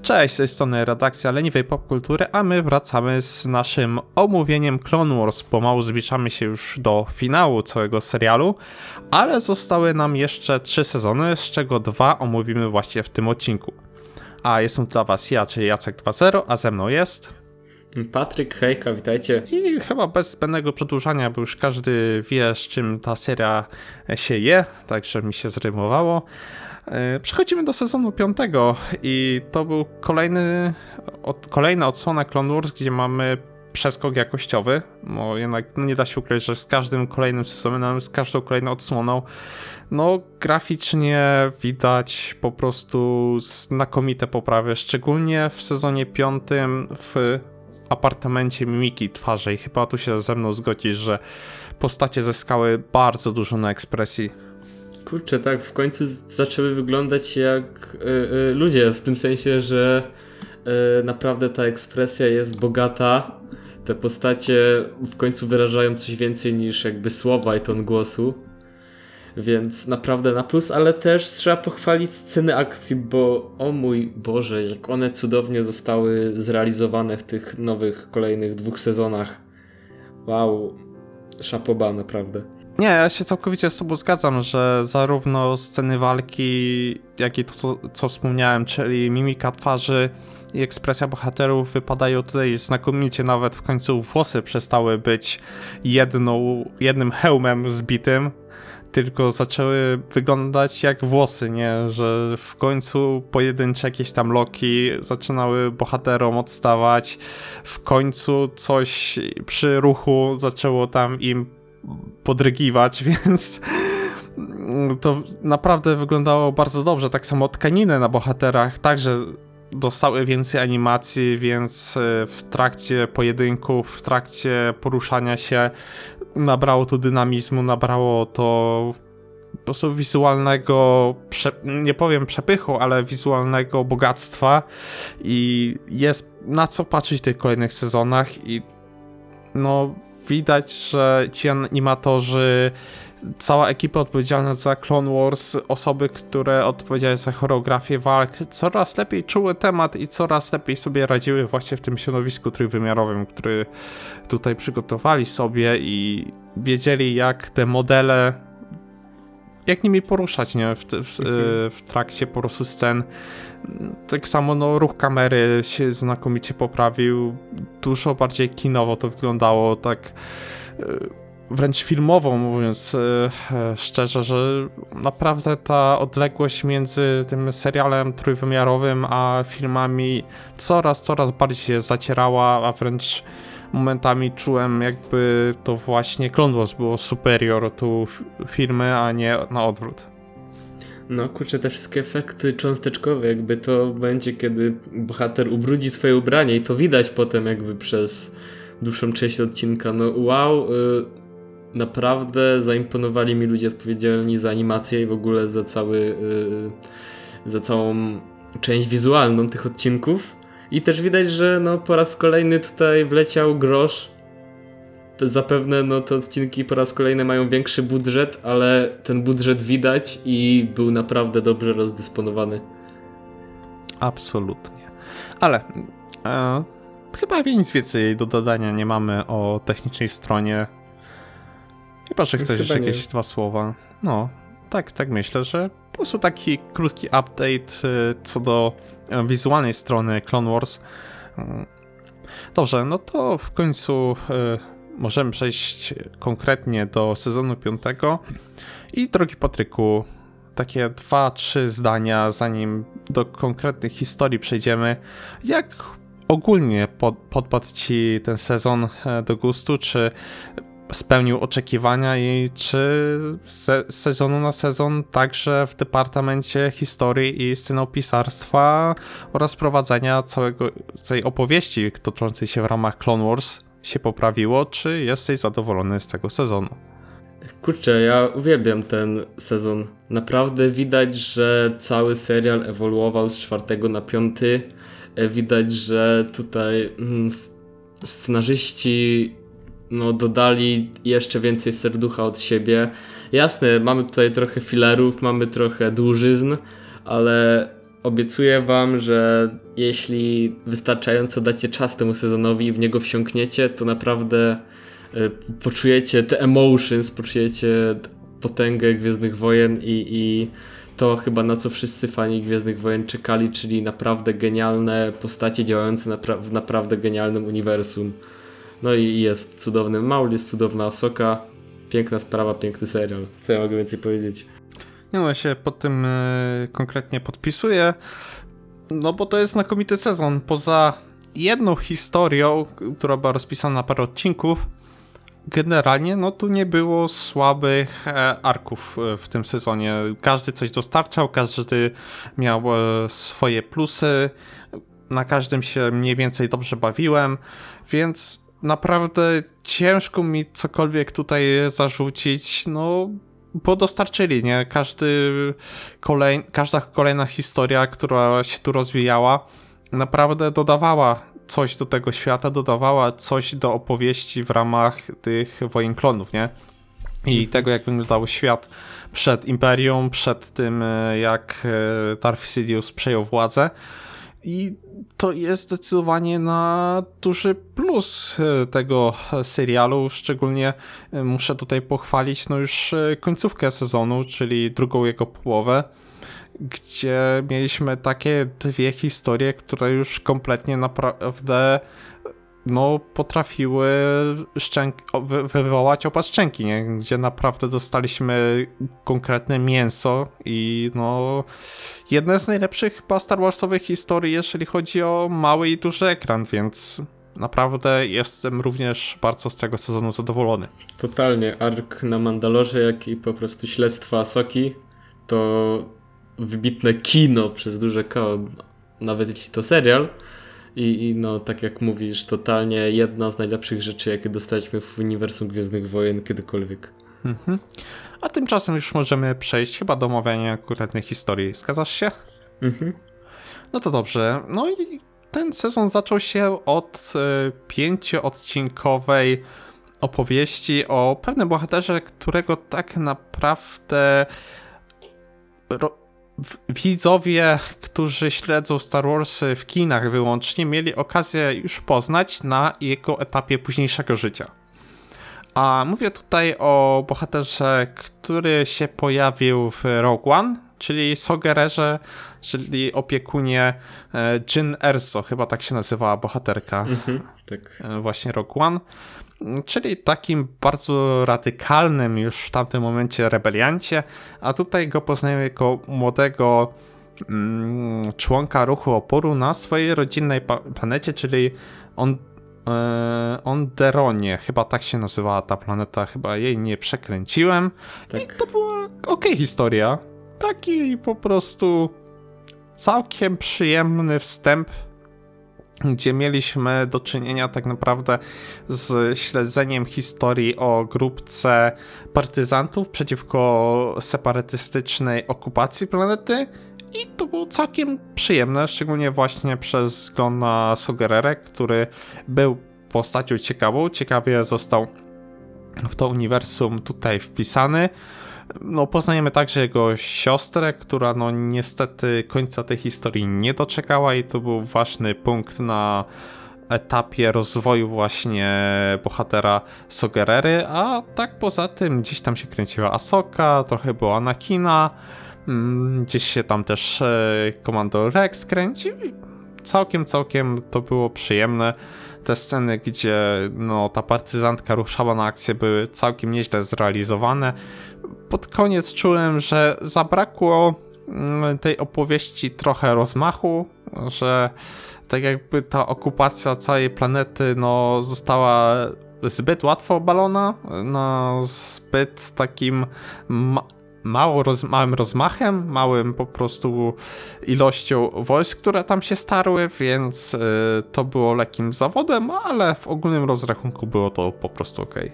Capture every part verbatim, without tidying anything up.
Cześć, z tej strony redakcja Leniwej Popkultury, a my wracamy z naszym omówieniem Clone Wars. Pomału zbliżamy się już do finału całego serialu, ale zostały nam jeszcze trzy sezony, z czego dwa omówimy właśnie w tym odcinku. A jestem dla was ja, czyli Jacek dwa zero, a ze mną jest... Patryk, hejka, witajcie. I chyba bez zbędnego przedłużania, bo już każdy wie, z czym ta seria się je, także mi się zrymowało. Przechodzimy do sezonu piątego i to był kolejny, od, kolejna odsłona Clone Wars, gdzie mamy przeskok jakościowy, bo jednak no nie da się ukryć, że z każdym kolejnym sezonem, z każdą kolejną odsłoną, no graficznie widać po prostu znakomite poprawy, szczególnie w sezonie piątym w apartamencie mimiki twarzy i chyba tu się ze mną zgodzisz, że postacie zyskały bardzo dużo na ekspresji. Kurczę, tak, w końcu zaczęły wyglądać jak y, y, ludzie, w tym sensie, że y, naprawdę ta ekspresja jest bogata. Te postacie w końcu wyrażają coś więcej niż jakby słowa i ton głosu. Więc naprawdę na plus, ale też trzeba pochwalić sceny akcji, bo o mój Boże, jak one cudownie zostały zrealizowane w tych nowych, kolejnych dwóch sezonach. Wow, szapoba naprawdę. Nie, ja się całkowicie z tobą zgadzam, że zarówno sceny walki, jak i to, co, co wspomniałem, czyli mimika twarzy i ekspresja bohaterów wypadają tutaj znakomicie, nawet w końcu włosy przestały być jedną, jednym hełmem zbitym, tylko zaczęły wyglądać jak włosy, nie? Że w końcu pojedyncze jakieś tam loki zaczynały bohaterom odstawać, w końcu coś przy ruchu zaczęło tam im podrygiwać, więc to naprawdę wyglądało bardzo dobrze. Tak samo tkaniny na bohaterach także dostały więcej animacji, więc w trakcie pojedynków, w trakcie poruszania się nabrało to dynamizmu, nabrało to po prostu wizualnego, prze, nie powiem przepychu, ale wizualnego bogactwa i jest na co patrzeć w tych kolejnych sezonach i no widać, że ci animatorzy, cała ekipa odpowiedzialna za Clone Wars, osoby, które odpowiedziały za choreografię walk, coraz lepiej czuły temat i coraz lepiej sobie radziły właśnie w tym środowisku trójwymiarowym, który tutaj przygotowali sobie i wiedzieli, jak te modele, jak nimi poruszać, nie? W, w, w trakcie po prostu scen. Tak samo no, ruch kamery się znakomicie poprawił, dużo bardziej kinowo to wyglądało, tak wręcz filmowo mówiąc szczerze, że naprawdę ta odległość między tym serialem trójwymiarowym a filmami coraz, coraz bardziej się zacierała, a wręcz momentami czułem, jakby to właśnie Clone Wars było superior tu filmy, a nie na odwrót. No kurczę, te wszystkie efekty cząsteczkowe, jakby to będzie, kiedy bohater ubrudzi swoje ubranie i to widać potem jakby przez dłuższą część odcinka. No wow, yy, naprawdę zaimponowali mi ludzie odpowiedzialni za animację i w ogóle za cały, yy, za całą część wizualną tych odcinków. I też widać, że no po raz kolejny tutaj wleciał grosz. Zapewne no te odcinki po raz kolejny mają większy budżet, ale ten budżet widać i był naprawdę dobrze rozdysponowany. Absolutnie. Ale e, chyba nic więcej do dodania nie mamy o technicznej stronie. Chyba, że chcesz jeszcze jakieś dwa słowa. No, tak, tak myślę, że po prostu taki krótki update e, co do e, wizualnej strony Clone Wars. E, dobrze, no to w końcu e, możemy przejść konkretnie do sezonu piątego i drogi Patryku, takie dwa, trzy zdania, zanim do konkretnych historii przejdziemy. Jak ogólnie pod, podpadł ci ten sezon do gustu? Czy spełnił oczekiwania i czy z sezonu na sezon także w departamencie historii i scenopisarstwa oraz prowadzenia całego, całej opowieści toczącej się w ramach Clone Wars się poprawiło, czy jesteś zadowolony z tego sezonu? Kurczę, ja uwielbiam ten sezon. Naprawdę widać, że cały serial ewoluował z czwartego na piąty. Widać, że tutaj mm, scenarzyści no, dodali jeszcze więcej serducha od siebie. Jasne, mamy tutaj trochę filerów, mamy trochę dłużyzn, ale obiecuję wam, że jeśli wystarczająco dacie czas temu sezonowi i w niego wsiąkniecie, to naprawdę y, poczujecie te emotions, poczujecie potęgę Gwiezdnych Wojen i, i to chyba na co wszyscy fani Gwiezdnych Wojen czekali, czyli naprawdę genialne postacie działające napra- w naprawdę genialnym uniwersum. No i jest cudowny Maul, jest cudowna Ahsoka, piękna sprawa, piękny serial. Co ja mogę więcej powiedzieć? Nie no, ja się pod tym y, konkretnie podpisuję, no bo to jest znakomity sezon. Poza jedną historią, która była rozpisana na parę odcinków, generalnie no tu nie było słabych e, arków e, w tym sezonie. Każdy coś dostarczał, każdy miał e, swoje plusy, na każdym się mniej więcej dobrze bawiłem, więc naprawdę ciężko mi cokolwiek tutaj zarzucić, no bo dostarczyli, nie? Każdy kolej, każda kolejna historia, która się tu rozwijała, naprawdę dodawała coś do tego świata, dodawała coś do opowieści w ramach tych Wojen Klonów, nie? I tego, jak wyglądał świat przed Imperium, przed tym, jak Darth Sidious przejął władzę. I to jest zdecydowanie na duży plus tego serialu, szczególnie muszę tutaj pochwalić no już końcówkę sezonu, czyli drugą jego połowę, gdzie mieliśmy takie dwie historie, które już kompletnie naprawdę no potrafiły szczęk- wy- wywołać opas szczęki, nie? Gdzie naprawdę dostaliśmy konkretne mięso i no jedne z najlepszych chyba Star Warsowych historii, jeżeli chodzi o mały i duży ekran, więc naprawdę jestem również bardzo z tego sezonu zadowolony. Totalnie, ark na Mandalorze, jak i po prostu śledztwo Ahsoki to wybitne kino przez duże K, nawet jeśli to serial. I, I no, tak jak mówisz, totalnie jedna z najlepszych rzeczy, jakie dostaliśmy w uniwersum Gwiezdnych Wojen kiedykolwiek. Mhm. A tymczasem już możemy przejść chyba do omawiania konkretnej historii. Zgadzasz się? Mhm. No to dobrze. No i ten sezon zaczął się od y, pięcioodcinkowej opowieści o pewnym bohaterze, którego tak naprawdę ro- widzowie, którzy śledzą Star Warsy w kinach wyłącznie, mieli okazję już poznać na jego etapie późniejszego życia. A mówię tutaj o bohaterze, który się pojawił w Rogue One, czyli Sogererze, czyli opiekunie Jyn Erso, chyba tak się nazywała bohaterka, Mhm, tak. właśnie Rogue One. Czyli takim bardzo radykalnym już w tamtym momencie rebeliancie, a tutaj go poznajemy jako młodego mm, członka ruchu oporu na swojej rodzinnej pa- planecie, czyli on, e, Onderonie, chyba tak się nazywała ta planeta, chyba jej nie przekręciłem. Tak. I to była okej historia, taki po prostu całkiem przyjemny wstęp, gdzie mieliśmy do czynienia tak naprawdę z śledzeniem historii o grupce partyzantów przeciwko separatystycznej okupacji planety i to było całkiem przyjemne, szczególnie właśnie przez wzgląd na Sogererę, który był postacią ciekawą, ciekawie został w to uniwersum tutaj wpisany. No, poznajemy także jego siostrę, która no niestety końca tej historii nie doczekała i to był ważny punkt na etapie rozwoju właśnie bohatera Sogerery, a tak poza tym gdzieś tam się kręciła Ahsoka, trochę była Anakina, gdzieś się tam też Komando Rex kręcił i całkiem, całkiem to było przyjemne. Te sceny, gdzie no, ta partyzantka ruszała na akcję, były całkiem nieźle zrealizowane. Pod koniec czułem, że zabrakło tej opowieści trochę rozmachu, że tak jakby ta okupacja całej planety no, została zbyt łatwo obalona, no, zbyt takim ma- mało roz- małym rozmachem, małym po prostu ilością wojsk, które tam się starły, więc y, to było lekkim zawodem, ale w ogólnym rozrachunku było to po prostu okej.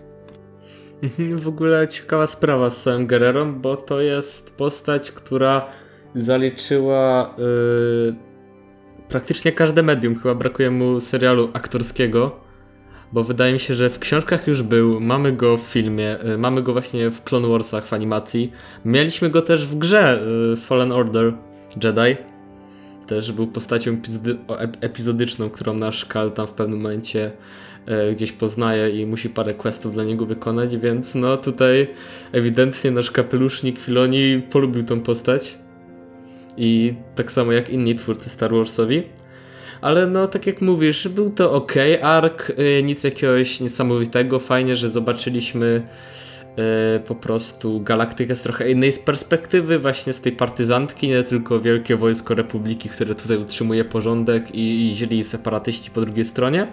Mhm, w ogóle ciekawa sprawa z Soem Gerrerą, bo to jest postać, która zaliczyła yy, praktycznie każde medium. Chyba brakuje mu serialu aktorskiego, bo wydaje mi się, że w książkach już był, mamy go w filmie, yy, mamy go właśnie w Clone Warsach w animacji, mieliśmy go też w grze yy, Fallen Order Jedi. też był postacią epizody- ep- epizodyczną, którą nasz Kal tam w pewnym momencie e, gdzieś poznaje i musi parę questów dla niego wykonać, więc no tutaj ewidentnie nasz kapelusznik Filoni polubił tą postać i tak samo jak inni twórcy Star Warsowi. Ale no, tak jak mówisz, był to ok, ark, y, nic jakiegoś niesamowitego, fajnie, że zobaczyliśmy y, po prostu galaktykę z trochę innej z perspektywy, właśnie z tej partyzantki, nie tylko wielkie wojsko Republiki, które tutaj utrzymuje porządek i, i źli separatyści po drugiej stronie.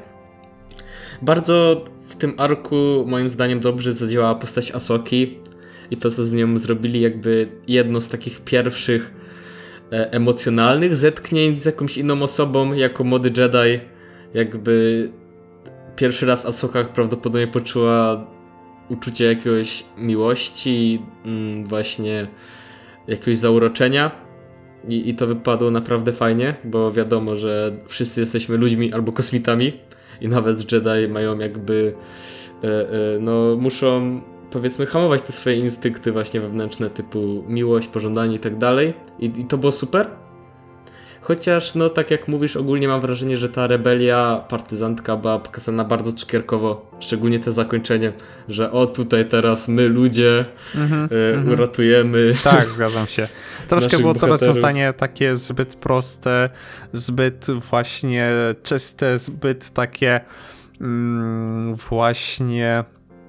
Bardzo w tym arku, moim zdaniem, dobrze zadziałała postać Asoki i to, co z nią zrobili, jakby jedno z takich pierwszych emocjonalnych zetknięć z jakąś inną osobą jako młody Jedi. Jakby pierwszy raz Asoka prawdopodobnie poczuła uczucie jakiegoś miłości, właśnie jakiegoś zauroczenia i, i to wypadło naprawdę fajnie, bo wiadomo, że wszyscy jesteśmy ludźmi albo kosmitami i nawet Jedi mają jakby e, e, no muszą powiedzmy hamować te swoje instynkty właśnie wewnętrzne typu miłość, pożądanie i tak dalej. I to było super. Chociaż no tak jak mówisz, ogólnie mam wrażenie, że ta rebelia partyzantka była pokazana bardzo cukierkowo. Szczególnie te zakończenie, że o tutaj teraz my ludzie mm-hmm, e, mm-hmm. uratujemy. Tak, zgadzam się. Troszkę było bohaterów. to rozwiązanie takie zbyt proste, zbyt właśnie czyste, zbyt takie mm, właśnie...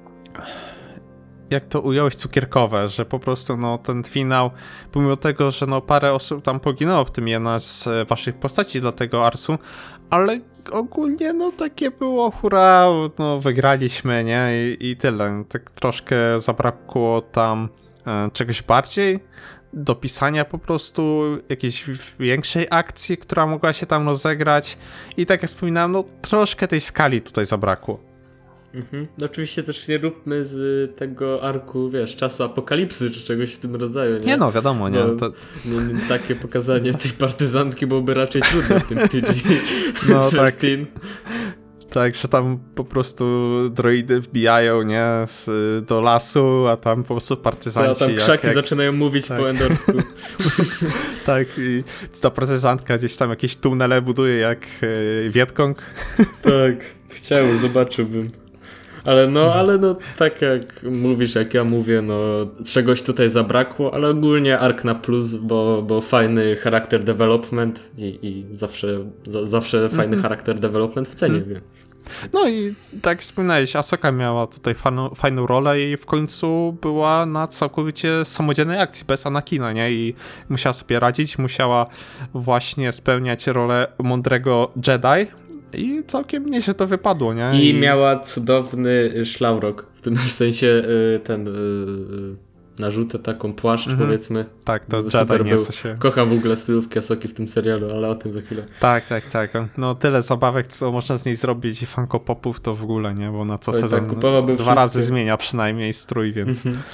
jak to ująłeś, cukierkowe, że po prostu no ten finał, pomimo tego, że no parę osób tam poginęło, w tym jedna z waszych postaci dla tego Arsu, ale ogólnie no takie było hurra, no wygraliśmy, nie, i, i tyle. Tak troszkę zabrakło tam e, czegoś bardziej, dopisania po prostu jakiejś większej akcji, która mogła się tam rozegrać i tak jak wspominałem, no troszkę tej skali tutaj zabrakło. Mhm. No oczywiście też nie róbmy z tego arku, wiesz, czasu apokalipsy czy czegoś w tym rodzaju, nie? Nie no, wiadomo, nie. No, to... nie, nie takie pokazanie tej partyzantki byłoby raczej trudne w tym P G No tak. Tak, że tam po prostu droidy wbijają, nie, z, do lasu, a tam po prostu partyzanci... A tam krzaki jak, jak... zaczynają mówić tak. po endorsku. Tak, i ta partyzantka gdzieś tam jakieś tunele buduje jak yy, Wietkong. Tak, chciałem, zobaczyłbym. Ale no, ale no, tak jak mówisz, jak ja mówię, no, czegoś tutaj zabrakło, ale ogólnie ark na plus, bo, bo fajny charakter development i, i zawsze, za, zawsze fajny mm-hmm. charakter development w cenie, mm. więc... No i tak jak wspominałeś, Asoka miała tutaj fajną, fajną rolę i w końcu była na całkowicie samodzielnej akcji, bez Anakina, nie? I musiała sobie radzić, musiała właśnie spełniać rolę mądrego Jedi, i całkiem nieźle to wypadło, nie? I, I miała cudowny szlaurock, w tym w sensie ten narzutę taką płaszcz, mm-hmm. powiedzmy. Tak, to super Jedi, nie? Był. Co się... Kocham w ogóle stylówki Asoki w tym serialu, ale o tym za chwilę. Tak, tak, tak. No tyle zabawek, co można z niej zrobić i Funko Popów to w ogóle, nie? Bo na co Oj, sezon tak, dwa wszystkie. razy zmienia przynajmniej strój, więc... Mm-hmm.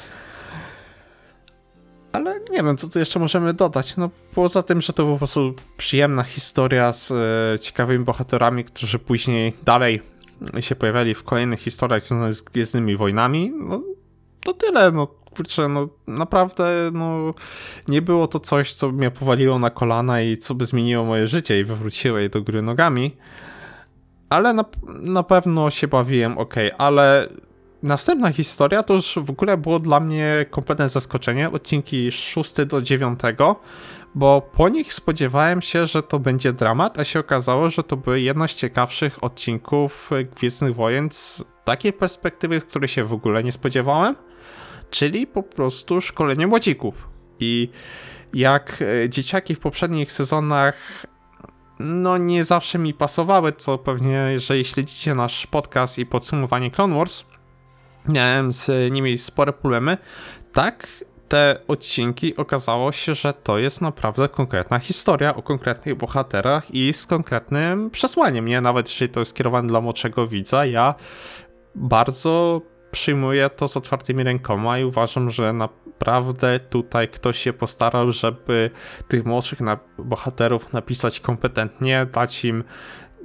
Ale nie wiem, co tu jeszcze możemy dodać. No poza tym, że to po prostu przyjemna historia z e, ciekawymi bohaterami, którzy później dalej się pojawiali w kolejnych historiach związanych z Gwiezdnymi Wojnami, no to tyle, no kurczę, no naprawdę, no nie było to coś, co mnie powaliło na kolana i co by zmieniło moje życie i wywróciło je do góry nogami, ale na, na pewno się bawiłem ok, ale następna historia to już w ogóle było dla mnie kompletne zaskoczenie, odcinki szósty do dziewiątego, bo po nich spodziewałem się, że to będzie dramat, a się okazało, że to były jedno z ciekawszych odcinków Gwiezdnych Wojen z takiej perspektywy, z której się w ogóle nie spodziewałem, czyli po prostu szkolenie młodzików. I jak dzieciaki w poprzednich sezonach no nie zawsze mi pasowały, co pewnie, jeżeli śledzicie nasz podcast i podsumowanie Clone Wars, miałem z nimi spore problemy, tak te odcinki okazało się, że to jest naprawdę konkretna historia o konkretnych bohaterach i z konkretnym przesłaniem, nie? Nawet jeżeli to jest skierowane dla młodszego widza, ja bardzo przyjmuję to z otwartymi rękoma i uważam, że naprawdę tutaj ktoś się postarał, żeby tych młodszych na- bohaterów napisać kompetentnie, dać im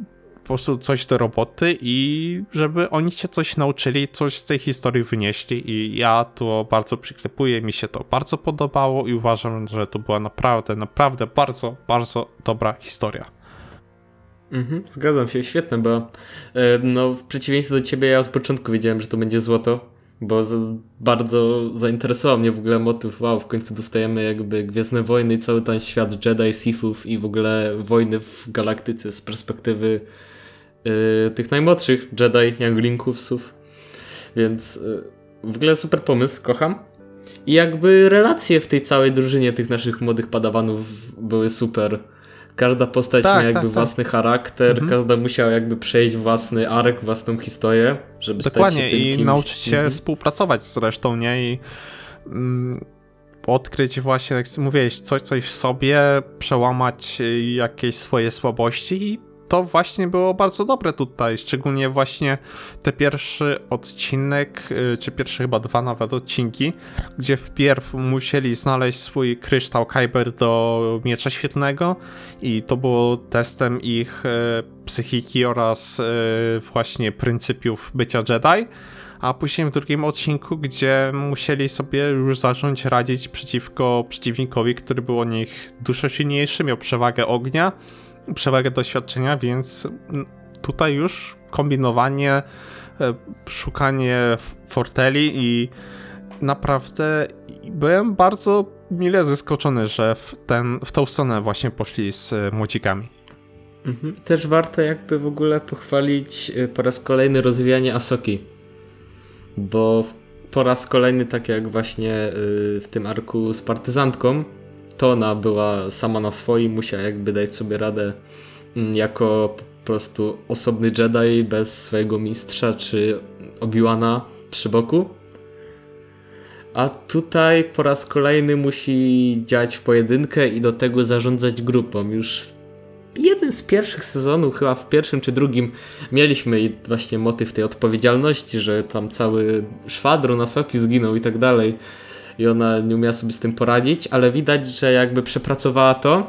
po prostu coś do roboty i żeby oni się coś nauczyli, coś z tej historii wynieśli i ja to bardzo przyklepuję, mi się to bardzo podobało i uważam, że to była naprawdę, naprawdę bardzo, bardzo dobra historia. Mhm, zgadzam się, świetne, bo e, no, w przeciwieństwie do ciebie ja od początku wiedziałem, że to będzie złoto, bo z, bardzo zainteresował mnie w ogóle motyw, wow, w końcu dostajemy jakby Gwiezdne Wojny i cały ten świat Jedi, Sithów i w ogóle wojny w galaktyce z perspektywy e, tych najmłodszych Jedi, Younglinków, Sith, więc e, w ogóle super pomysł, kocham. I jakby relacje w tej całej drużynie tych naszych młodych padawanów były super. Każda postać tak, ma jakby tak, własny tak. charakter, mhm. każda musiała jakby przejść własny ark, własną historię, żeby Dokładnie, stać się tym i kimś. nauczyć się mhm. współpracować zresztą, nie? I mm, odkryć właśnie, jak mówiłeś, coś, coś w sobie, przełamać jakieś swoje słabości i to właśnie było bardzo dobre tutaj, szczególnie właśnie te pierwszy odcinek, czy pierwsze chyba dwa nawet odcinki, gdzie wpierw musieli znaleźć swój kryształ Kyber do miecza świetlnego i to było testem ich psychiki oraz właśnie pryncypiów bycia Jedi, a później w drugim odcinku, gdzie musieli sobie już zacząć radzić przeciwko przeciwnikowi, który był od nich dużo silniejszy, miał przewagę ognia, przewagę doświadczenia, więc tutaj już kombinowanie, szukanie forteli i naprawdę byłem bardzo mile zaskoczony, że w, ten, w tą stronę właśnie poszli z młodzikami. Mhm. Też warto jakby w ogóle pochwalić po raz kolejny rozwijanie Asoki, bo po raz kolejny, tak jak właśnie w tym arku z partyzantką, to ona była sama na swoim, musiała jakby dać sobie radę jako po prostu osobny Jedi bez swojego mistrza czy Obi-Wana przy boku. A tutaj po raz kolejny musi działać w pojedynkę i do tego zarządzać grupą. Już w jednym z pierwszych sezonów, chyba w pierwszym czy drugim, mieliśmy właśnie motyw tej odpowiedzialności, że tam cały szwadron Asoki zginął i tak dalej. I ona nie umiała sobie z tym poradzić, ale widać, że jakby przepracowała to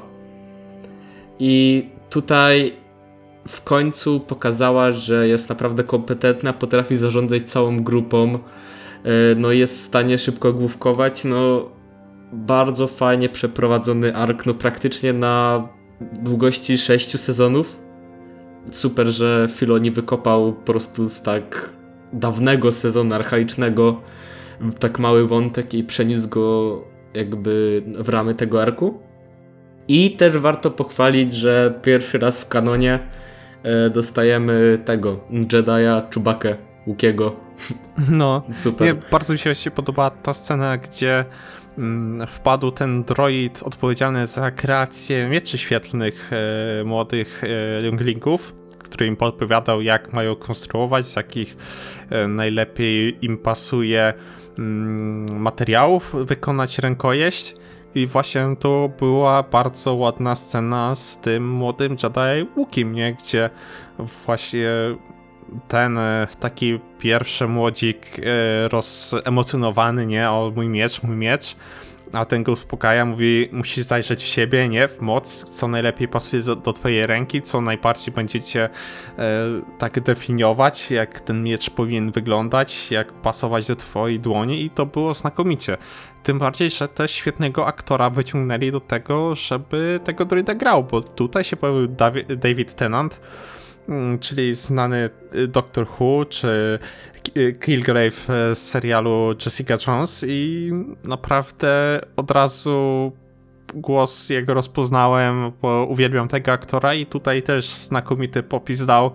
i tutaj w końcu pokazała, że jest naprawdę kompetentna, potrafi zarządzać całą grupą, no jest w stanie szybko główkować, no bardzo fajnie przeprowadzony ark, no praktycznie na długości sześciu sezonów. Super, że Filoni wykopał po prostu z tak dawnego sezonu archaicznego tak mały wątek i przeniósł go jakby w ramy tego arku. I też warto pochwalić, że pierwszy raz w kanonie e, dostajemy tego Jedi'a Chewbackę, Łukiego. No, super. Nie, bardzo mi się podobała ta scena, gdzie mm, wpadł ten droid odpowiedzialny za kreację mieczy świetlnych e, młodych e, younglingów, który im podpowiadał, jak mają konstruować, z jakich e, najlepiej im pasuje materiałów wykonać rękojeść i właśnie to była bardzo ładna scena z tym młodym Jedi Łukim, nie? Gdzie właśnie ten taki pierwszy młodzik rozemocjonowany, nie? O, mój miecz, mój miecz, a ten go uspokaja, mówi, musisz zajrzeć w siebie, nie? W moc, co najlepiej pasuje do, do twojej ręki, co najbardziej będziecie e, tak definiować, jak ten miecz powinien wyglądać, jak pasować do twojej dłoni i to było znakomicie. Tym bardziej, że też świetnego aktora wyciągnęli do tego, żeby tego droida grał, bo tutaj się pojawił Davi- David Tennant, czyli znany Doctor Who, czy Kilgrave z serialu Jessica Jones i naprawdę od razu głos jego rozpoznałem, bo uwielbiam tego aktora i tutaj też znakomity popis dał.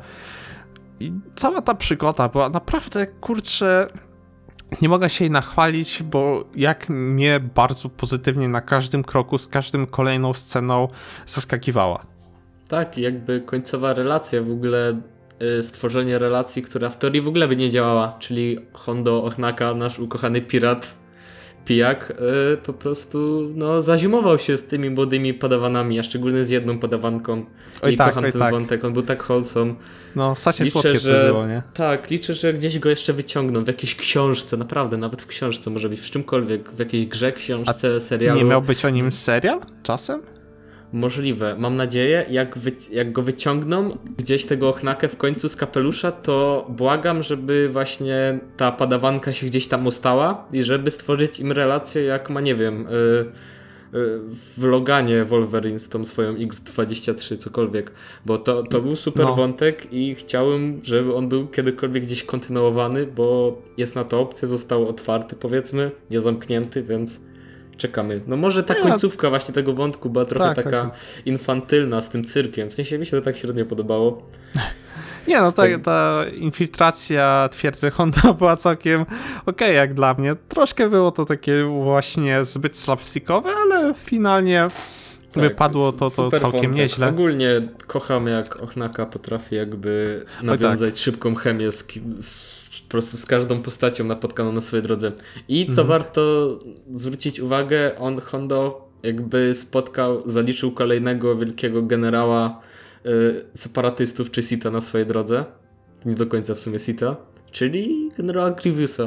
I cała ta przygoda była naprawdę, kurczę, nie mogę się jej nachwalić, bo jak mnie bardzo pozytywnie na każdym kroku, z każdym kolejną sceną zaskakiwała. Tak, jakby końcowa relacja, w ogóle y, stworzenie relacji, która w teorii w ogóle by nie działała, czyli Hondo Ohnaka, nasz ukochany pirat, pijak, y, po prostu no, zazimował się z tymi młodymi padawanami, a szczególnie z jedną padawanką. Oj I tak, kocham oj ten tak. wątek, on był tak wholesome. No, strasznie Liczę, słodkie że, to było, nie? Tak, liczę, że gdzieś go jeszcze wyciągną, w jakiejś książce, naprawdę, nawet w książce może być, w czymkolwiek, w jakiejś grze, książce, a serialu. Nie miał być o nim serial czasem? Możliwe. Mam nadzieję, jak, wy, jak go wyciągną gdzieś tego ochnakę w końcu z kapelusza, to błagam, żeby właśnie ta padawanka się gdzieś tam ostała i żeby stworzyć im relację jak ma, nie wiem, y, y, w Loganie Wolverine z tą swoją X dwadzieścia trzy, cokolwiek. Bo to, to był super No. wątek i chciałem, żeby on był kiedykolwiek gdzieś kontynuowany, bo jest na to opcja, został otwarty, powiedzmy, nie zamknięty, więc... Czekamy. No może ta Nie, końcówka właśnie tego wątku była trochę tak, taka tak. infantylna z tym cyrkiem. W sensie mi się to tak średnio podobało. Nie no, ta, Tak. ta infiltracja twierdzy Honda była całkiem okej jak dla mnie. Troszkę było to takie właśnie zbyt slapstickowe, ale finalnie Tak, wypadło to, to super całkiem wątek. nieźle. Ogólnie kocham, jak Ochnaka potrafi jakby nawiązać szybką chemię z, ki- z, po prostu z każdą postacią napotkaną na swojej drodze. I co Mhm. warto zwrócić uwagę, on Hondo jakby spotkał, zaliczył kolejnego wielkiego generała y, separatystów czy Sita na swojej drodze. Nie do końca w sumie Sita, czyli generała Grievousa.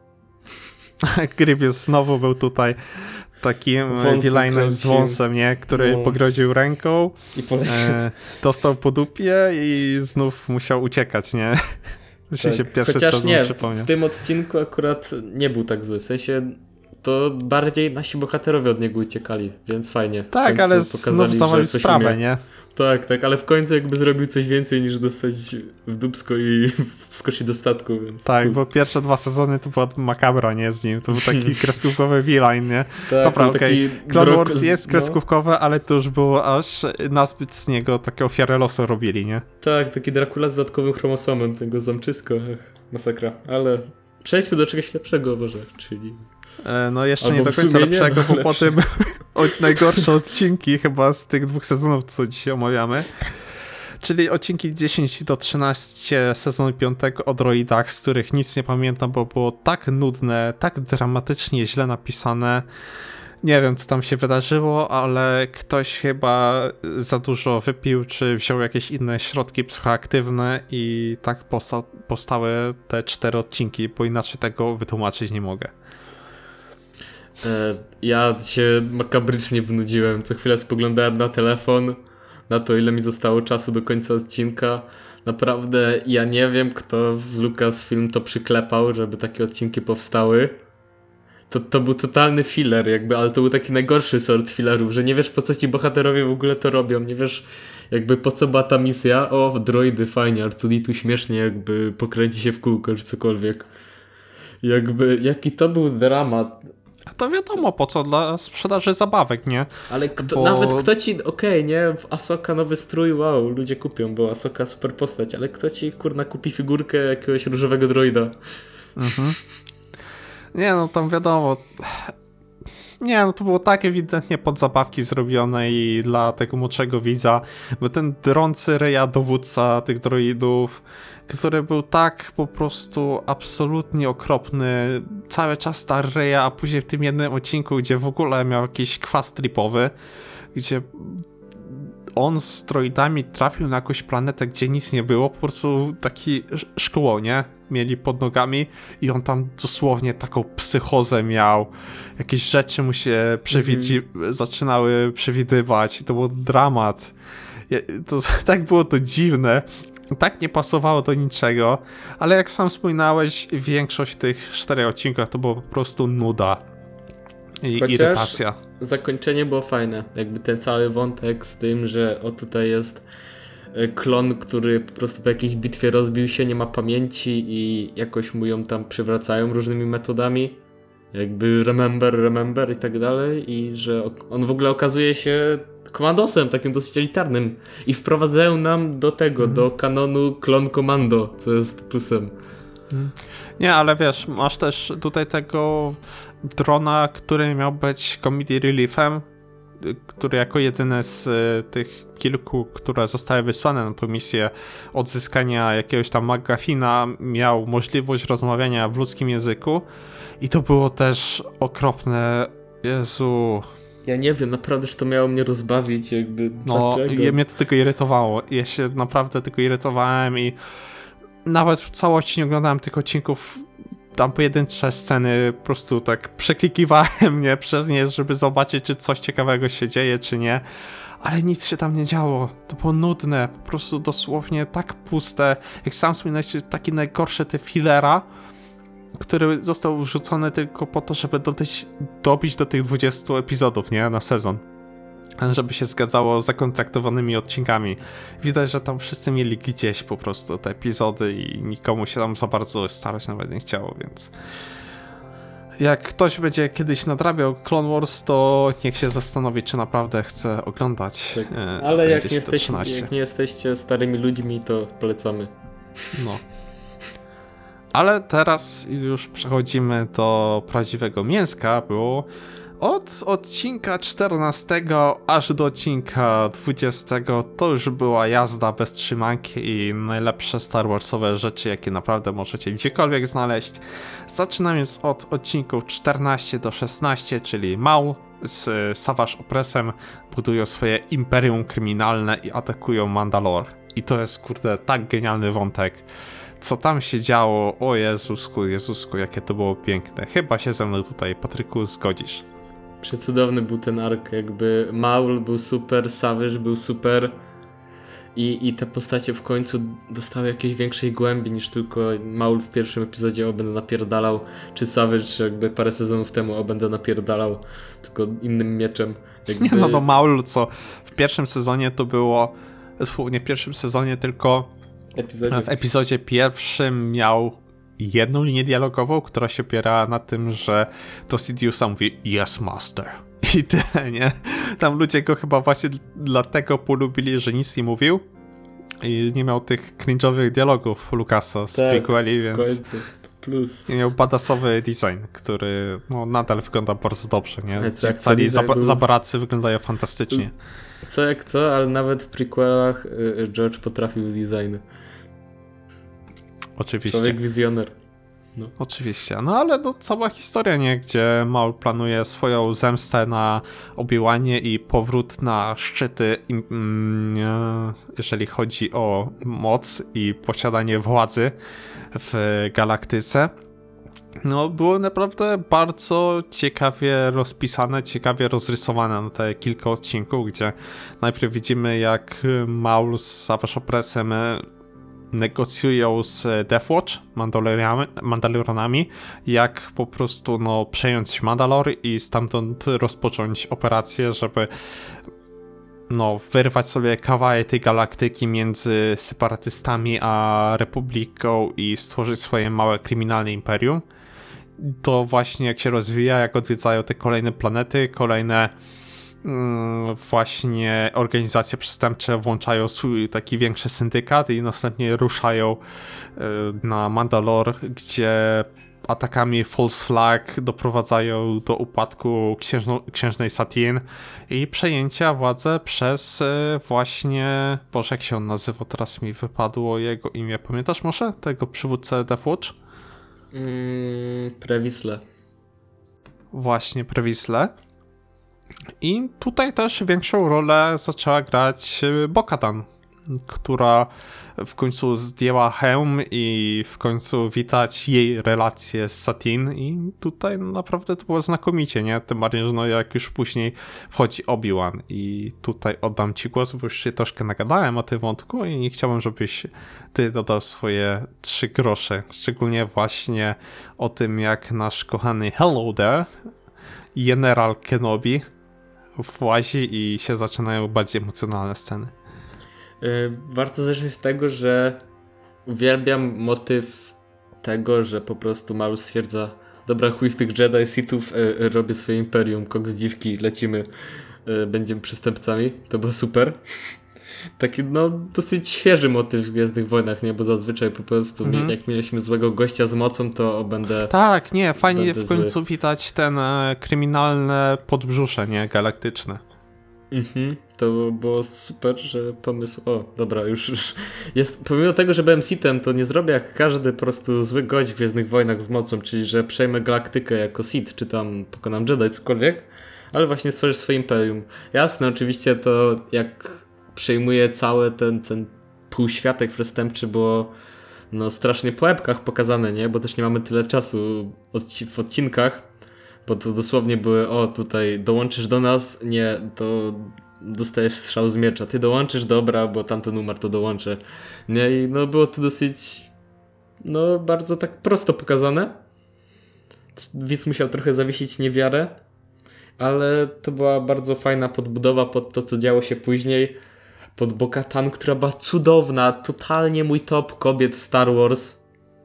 Grievous znowu był tutaj takim Wąsy villainem z kręcił. wąsem, nie? Który No. pogroził ręką, I poleciał. e, dostał po dupie i znów musiał uciekać, nie? Mi się, się pierwszy Chociaż sezon nie, przypomniał. w tym odcinku akurat nie był tak zły. W sensie to bardziej nasi bohaterowie od niego uciekali, więc fajnie. W Tak, końcu ale pokazali, znów że zawalił coś sprawę, umie. nie? Tak, tak, ale w końcu jakby zrobił coś więcej niż dostać w dupsko i wskoczyć do statku, więc Tak, plus. bo pierwsze dwa sezony to była makabra, nie? Z nim. To był taki kreskówkowy villain, nie? tak, Dobra, był okej. taki Clone drog- Wars jest no. kreskówkowe, ale to już było aż nazbyt z niego takie ofiarę losu robili, nie? Tak, taki Dracula z dodatkowym chromosomem, tego zamczysko, ach, masakra. Ale przejdźmy do czegoś lepszego może, czyli... E, No jeszcze Albo nie do w końca sumie nie, lepszego, no, bo potem od najgorsze odcinki chyba z tych dwóch sezonów, co dzisiaj omawiamy. Czyli odcinki dziesięć do trzynastu sezonu piątego o droidach, z których nic nie pamiętam, bo było tak nudne, tak dramatycznie źle napisane. Nie wiem, co tam się wydarzyło, ale ktoś chyba za dużo wypił, czy wziął jakieś inne środki psychoaktywne i tak powsta- powstały te cztery odcinki, bo inaczej tego wytłumaczyć nie mogę. E, Ja się makabrycznie wnudziłem. Co chwilę spoglądałem na telefon, na to, ile mi zostało czasu do końca odcinka. Naprawdę ja nie wiem, kto w Lucasfilm to przyklepał, żeby takie odcinki powstały. To, to był totalny filler, jakby, ale to był taki najgorszy sort fillerów, że nie wiesz, po co ci bohaterowie w ogóle to robią. Nie wiesz, jakby po co była ta misja. O, droidy, fajnie, Artuditu śmiesznie jakby pokręci się w kółko, czy cokolwiek. Jakby, jaki to był dramat. To wiadomo po co, dla sprzedaży zabawek, nie? Ale kto, Bo- nawet kto ci, okej, nie, w Asoka nowy strój, wow, ludzie kupią, bo Asoka super postać, ale kto ci, kurna, kupi figurkę jakiegoś różowego droida? Mhm. Nie no, tam wiadomo. Nie no, to było tak ewidentnie pod zabawki zrobione i dla tego młodszego widza, bo ten drący ryja dowódca tych droidów, który był tak po prostu absolutnie okropny, cały czas ta ryja, a później w tym jednym odcinku, gdzie w ogóle miał jakiś kwas tripowy, gdzie on z droidami trafił na jakąś planetę, gdzie nic nie było, po prostu taki sz- szkło, nie? Mieli pod nogami i on tam dosłownie taką psychozę miał. Jakieś rzeczy mu się przewidzi- zaczynały przewidywać i to był dramat. Je- To, tak było to dziwne. Tak nie pasowało do niczego, ale jak sam wspominałeś, większość tych czterech odcinków to było po prostu nuda i Chociaż- irytacja. Zakończenie było fajne, jakby ten cały wątek z tym, że o tutaj jest e, klon, który po prostu po jakiejś bitwie rozbił się, nie ma pamięci i jakoś mu ją tam przywracają różnymi metodami. Jakby remember, remember i tak dalej i że ok- on w ogóle okazuje się komandosem, takim dosyć elitarnym i wprowadzają nam do tego, Mhm. do kanonu klon komando, co jest plusem. Nie, ale wiesz, masz też tutaj tego drona, który miał być comedy reliefem, y, który jako jedyny z y, tych kilku, które zostały wysłane na tą misję odzyskania jakiegoś tam McGuffina, miał możliwość rozmawiania w ludzkim języku i to było też okropne. Jezu, Ja nie wiem, naprawdę, że to miało mnie rozbawić, jakby no dlaczego? je- mnie to tylko irytowało. Ja się naprawdę tylko irytowałem i nawet w całości nie oglądałem tych odcinków tam pojedyncze sceny po prostu tak przeklikiwałem mnie przez nie, żeby zobaczyć, czy coś ciekawego się dzieje, czy nie. Ale nic się tam nie działo. To było nudne, po prostu dosłownie tak puste. Jak sam wspominałeś, taki najgorszy te fillera, który został wrzucony tylko po to, żeby dotyć, dobić do tych dwudziestu epizodów, nie? Na sezon. Żeby się zgadzało z zakontraktowanymi odcinkami. Widać, że tam wszyscy mieli gdzieś po prostu te epizody i nikomu się tam za bardzo starać nawet nie chciało, więc... Jak ktoś będzie kiedyś nadrabiał Clone Wars, to niech się zastanowi, czy naprawdę chce oglądać. Tak. E, Ale jak nie, jesteś, jak nie jesteście starymi ludźmi, to polecamy. No. Ale teraz już przechodzimy do prawdziwego mięska, bo od odcinka czternastego aż do odcinka dwudziestego to już była jazda bez trzymanki i najlepsze Star Warsowe rzeczy, jakie naprawdę możecie gdziekolwiek znaleźć. Zaczynamy więc od odcinków czternaście do szesnaście, czyli Maul z Savage Opressem budują swoje imperium kryminalne i atakują Mandalore. I to jest, kurde, tak genialny wątek. Co tam się działo, o Jezusku, Jezusku, jakie to było piękne. Chyba się ze mną tutaj, Patryku, zgodzisz. Przecudowny był ten ark, jakby Maul był super, Savage był super i, i te postacie w końcu dostały jakiejś większej głębi niż tylko Maul w pierwszym epizodzie o będę napierdalał, czy Savage jakby parę sezonów temu o będę napierdalał, tylko innym mieczem. Jakby... Nie no, no Maul, co w pierwszym sezonie to było, nie w pierwszym sezonie, tylko epizodzie. w epizodzie pierwszym miał jedną linię dialogową, która się opiera na tym, że to Sidious'a mówi yes master i tyle, nie? Tam ludzie go chyba właśnie dlatego polubili, że nic nie mówił i nie miał tych cringe'owych dialogów Lucasa z tak, prequeli, więc końcu. Plus. I miał badasowy design, który no, nadal wygląda bardzo dobrze, nie? Ale Ci tak, cali design zab- był... zabaracy wyglądają fantastycznie. Co jak co, ale nawet w prequelach y, George potrafił design. Oczywiście. Człowiek wizjoner. No. Oczywiście, no ale no, cała historia, nie? Gdzie Maul planuje swoją zemstę na Obi-Wanie i powrót na szczyty, mm, jeżeli chodzi o moc i posiadanie władzy w galaktyce. No, było naprawdę bardzo ciekawie rozpisane, ciekawie rozrysowane na te kilka odcinków, gdzie najpierw widzimy, jak Maul z Savage Opressem negocjują z Death Watch, Mandaloranami, jak po prostu no, przejąć Mandalore i stamtąd rozpocząć operację, żeby no, wyrwać sobie kawałek tej galaktyki między separatystami a Republiką i stworzyć swoje małe kryminalne imperium. To właśnie jak się rozwija, jak odwiedzają te kolejne planety, kolejne właśnie organizacje przestępcze włączają swój taki większy syndykat i następnie ruszają na Mandalore, gdzie atakami False Flag doprowadzają do upadku księżno, księżnej Satine i przejęcia władzy przez właśnie, Boże, jak się on nazywał, teraz mi wypadło jego imię, pamiętasz może tego przywódcę Death Watch? Mm, Prewisle. Właśnie, Prewisle. I tutaj też większą rolę zaczęła grać Bo-Katan, która w końcu zdjęła hełm i w końcu widać jej relacje z Satine i tutaj naprawdę to było znakomicie, nie? Tym bardziej, że no jak już później wchodzi Obi-Wan i tutaj oddam ci głos, bo już się troszkę nagadałem o tym wątku i chciałbym, żebyś ty dodał swoje trzy grosze, szczególnie właśnie o tym, jak nasz kochany Hello There, General Kenobi włazi i się zaczynają bardziej emocjonalne sceny. Yy, warto zacząć z tego, że uwielbiam motyw tego, że po prostu Maul stwierdza dobra, chuj w tych Jedi, Sithów, yy, robię swoje imperium, koks dziwki, lecimy, yy, będziemy przestępcami. To było super. Taki no dosyć świeży motyw w Gwiezdnych Wojnach, nie? Bo zazwyczaj po prostu mm-hmm. jak mieliśmy złego gościa z mocą, to będę... Tak, nie, fajnie w końcu zły. widać ten e, kryminalne podbrzusze, nie? Galaktyczne. Mhm, to było super, że pomysł, o dobra, już, już jest, pomimo tego, że byłem Sithem, to nie zrobię jak każdy po prostu zły gość w Gwiezdnych Wojnach z mocą, czyli że przejmę galaktykę jako Sith, czy tam pokonam Jedi, cokolwiek, ale właśnie stworzysz swoje imperium. Jasne, oczywiście to jak przejmuje cały ten, ten półświatek przestępczy, bo no strasznie po łebkach pokazane, nie? Bo też nie mamy tyle czasu odci- w odcinkach, bo to dosłownie były, o tutaj dołączysz do nas, nie, to dostajesz strzał z miecza, ty dołączysz, dobra, bo tamten numer to dołączę. Nie, i no było to dosyć, no bardzo tak prosto pokazane. Widz musiał trochę zawiesić niewiarę, ale to była bardzo fajna podbudowa pod to, co działo się później. Pod Bo-Katan, która była cudowna, totalnie mój top kobiet w Star Wars.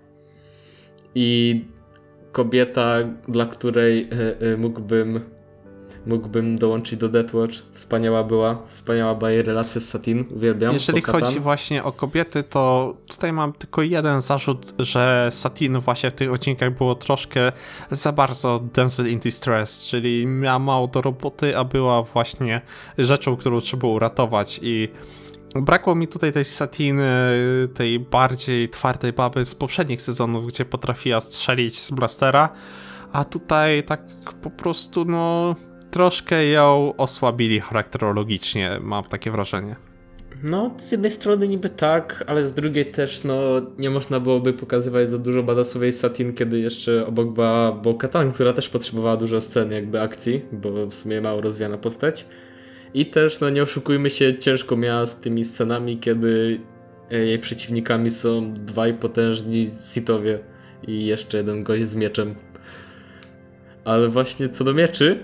I kobieta, dla której y, y, mógłbym mógłbym dołączyć do Death Watch. Wspaniała była, wspaniała była jej relacja z Satine, uwielbiam. Jeżeli Bo-Katan. chodzi właśnie o kobiety, to tutaj mam tylko jeden zarzut, że Satine właśnie w tych odcinkach było troszkę za bardzo damsel in distress, czyli miała mało do roboty, a była właśnie rzeczą, którą trzeba uratować i brakło mi tutaj tej Satiny, tej bardziej twardej baby z poprzednich sezonów, gdzie potrafiła strzelić z blastera, a tutaj tak po prostu no troszkę ją osłabili charakterologicznie, mam takie wrażenie. No, z jednej strony niby tak, ale z drugiej też no nie można byłoby pokazywać za dużo badasowej Satine, kiedy jeszcze obok była Bo-Katan, która też potrzebowała dużo scen jakby akcji, bo w sumie mało rozwijana postać. I też, no nie oszukujmy się, ciężko miała z tymi scenami, kiedy jej przeciwnikami są dwaj potężni Sithowie i jeszcze jeden gość z mieczem. Ale właśnie co do mieczy,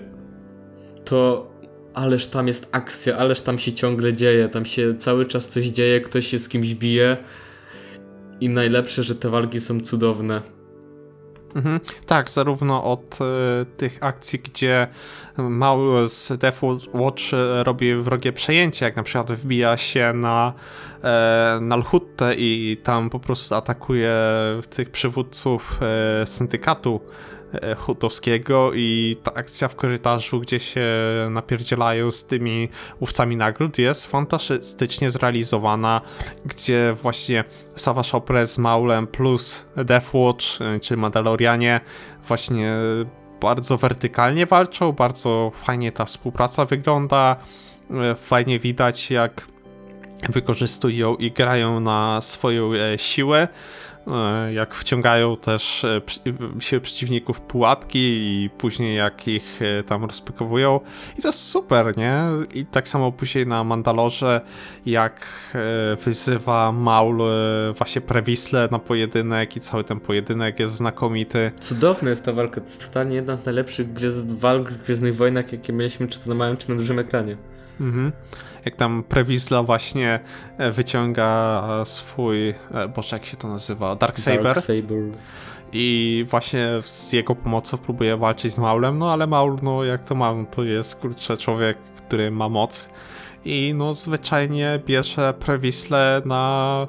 to ależ tam jest akcja, ależ tam się ciągle dzieje, tam się cały czas coś dzieje, ktoś się z kimś bije i najlepsze, że te walki są cudowne. Mhm. Tak, zarówno od y, tych akcji, gdzie Maul z Death Watch robi wrogie przejęcie, jak na przykład wbija się na, e, na Lhuttę i tam po prostu atakuje tych przywódców e, syndykatu e, hutowskiego i ta akcja w korytarzu, gdzie się napierdzielają z tymi łowcami nagród, jest fantastycznie zrealizowana, gdzie właśnie Savage Opress z Maulem plus Death Watch, czy Mandalorianie właśnie bardzo wertykalnie walczą, bardzo fajnie ta współpraca wygląda, fajnie widać jak wykorzystują i grają na swoją siłę, jak wciągają też siły przeciwników w pułapki i później jak ich tam rozpykowują i to jest super, nie? I tak samo później na Mandalorze, jak wyzywa Maul właśnie Prewisle na pojedynek i cały ten pojedynek jest znakomity. Cudowna jest ta walka, to jest totalnie jedna z najlepszych gwiazd walk w Gwiezdnych Wojnach, jakie mieliśmy czy to na małym, czy na dużym ekranie. Mhm. Jak tam Prewisla właśnie wyciąga swój, boże jak się to nazywa, Darksaber. Darksaber. I właśnie z jego pomocą próbuje walczyć z Maulem, no ale Maul, no jak to Maul, to jest kurczę człowiek, który ma moc i no zwyczajnie bierze Prewislę na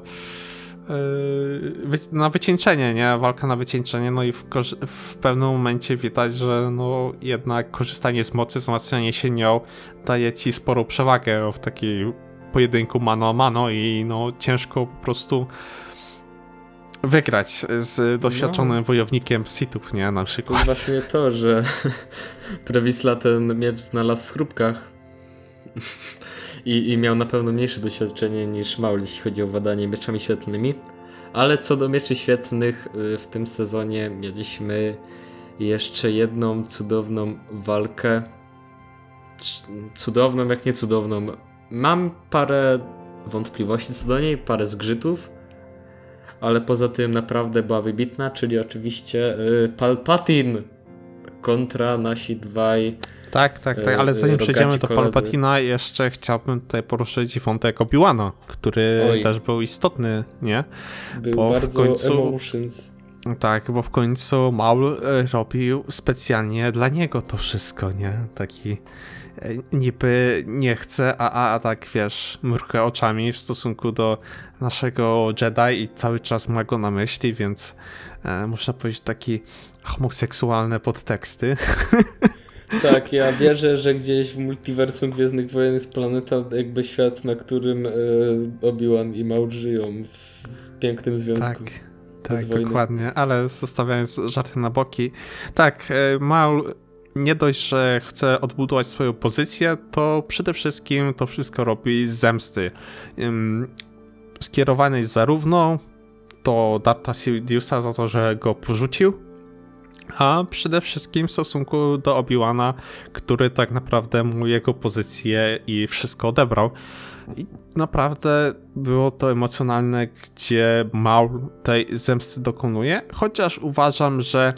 na wycieńczenie, nie? Walka na wycieńczenie, no i w, w pewnym momencie widać, że no jednak korzystanie z mocy, wzmacnianie się nią daje ci sporą przewagę w takiej pojedynku mano a mano i no ciężko po prostu wygrać z doświadczonym no. wojownikiem Sithów, nie? Na przykład. To jest właśnie to, że Prewisla ten miecz znalazł w chrupkach. I, I miał na pewno mniejsze doświadczenie niż Maul, jeśli chodzi o władanie mieczami świetlnymi. Ale co do mieczy świetlnych, w tym sezonie mieliśmy jeszcze jedną cudowną walkę. Cudowną, jak nie cudowną. Mam parę wątpliwości co do niej, parę zgrzytów, ale poza tym naprawdę była wybitna, czyli oczywiście Palpatine kontra nasi dwaj. Tak, tak, tak, ale zanim przejdziemy do Palpatina, jeszcze chciałbym tutaj poruszyć wątek Obi-Wana, który Oj. też był istotny, nie? Był bo bardzo w końcu, emotions. Tak, bo w końcu Maul robił specjalnie dla niego to wszystko, nie? Taki niby nie chce, a, a, a tak wiesz, mrugę oczami w stosunku do naszego Jedi i cały czas ma go na myśli, więc e, można powiedzieć taki homoseksualne podteksty. Tak, ja wierzę, że gdzieś w multiversum Gwiezdnych Wojen jest planeta, jakby świat, na którym e, Obi-Wan i Maul żyją w pięknym związku. Tak, tak, dokładnie, ale zostawiając żarty na boki. Tak, e, Maul nie dość, że chce odbudować swoją pozycję, to przede wszystkim to wszystko robi z zemsty. Um, skierowanej zarówno do Dartha Sidious'a za to, że go porzucił, a przede wszystkim w stosunku do Obi-Wana, który tak naprawdę mu jego pozycję i wszystko odebrał. I naprawdę było to emocjonalne, gdzie Maul tej zemsty dokonuje, chociaż uważam, że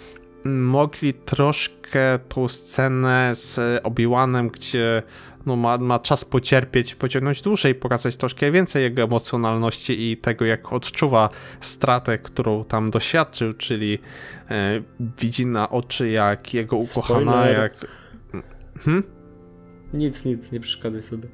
mogli troszkę tą scenę z Obi-Wanem, gdzie no ma, ma czas pocierpieć, pociągnąć dłużej, pokazać troszkę więcej jego emocjonalności i tego, jak odczuwa stratę, którą tam doświadczył, czyli e, widzi na oczy, jak jego ukochana, Spoiler. jak... Hmm? Nic, nic, nie przeszkadzaj sobie.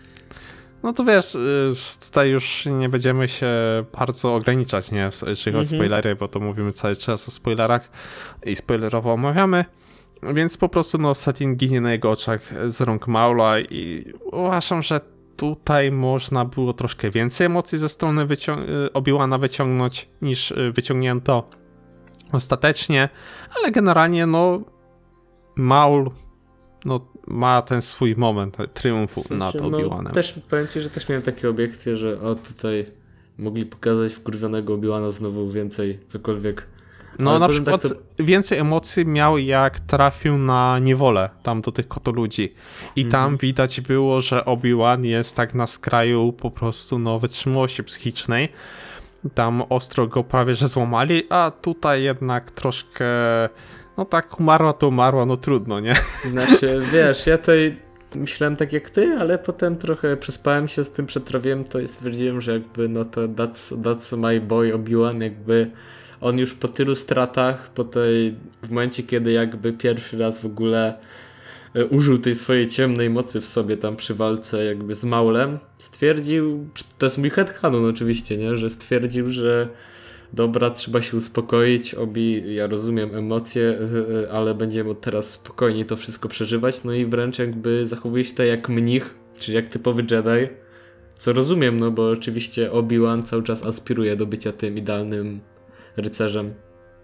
No to wiesz, tutaj już nie będziemy się bardzo ograniczać, nie, jeżeli chodzi o Mhm. spoilery, bo to mówimy cały czas o spoilerach i spoilerowo omawiamy, więc po prostu no Satine ginie na jego oczach z rąk Maula i uważam, że tutaj można było troszkę więcej emocji ze strony wycią- Obi-Wana wyciągnąć niż wyciągnięto ostatecznie, ale generalnie no Maul no, ma ten swój moment triumfu W sensie, nad no, Obi-Wanem. też powiem ci, że też miałem takie obiekcje, że o tutaj mogli pokazać wkurwionego Obi-Wana znowu więcej, cokolwiek. No Ale na powiem przykład tak, to- więcej emocji miał, jak trafił na niewolę tam do tych kotoludzi i Mhm. tam widać było, że Obi-Wan jest tak na skraju po prostu no wytrzymałości psychicznej. Tam ostro go prawie że złamali, a tutaj jednak troszkę no tak umarła to umarła, no trudno, nie? Znaczy, wiesz, ja tutaj myślałem tak jak ty, ale potem trochę przespałem się z tym, przetrawiłem to i stwierdziłem, że jakby no to that's, that's my boy Obi-Wan, jakby on już po tylu stratach, po tej, w momencie kiedy jakby pierwszy raz w ogóle e, użył tej swojej ciemnej mocy w sobie tam przy walce jakby z Maulem, stwierdził, to jest mój headcanon oczywiście, nie, że stwierdził, że dobra, trzeba się uspokoić, Obi, ja rozumiem emocje, ale będziemy od teraz spokojnie to wszystko przeżywać, no i wręcz jakby zachowuje się tutaj jak mnich, czyli jak typowy Jedi, co rozumiem, no bo oczywiście Obi-Wan cały czas aspiruje do bycia tym idealnym rycerzem.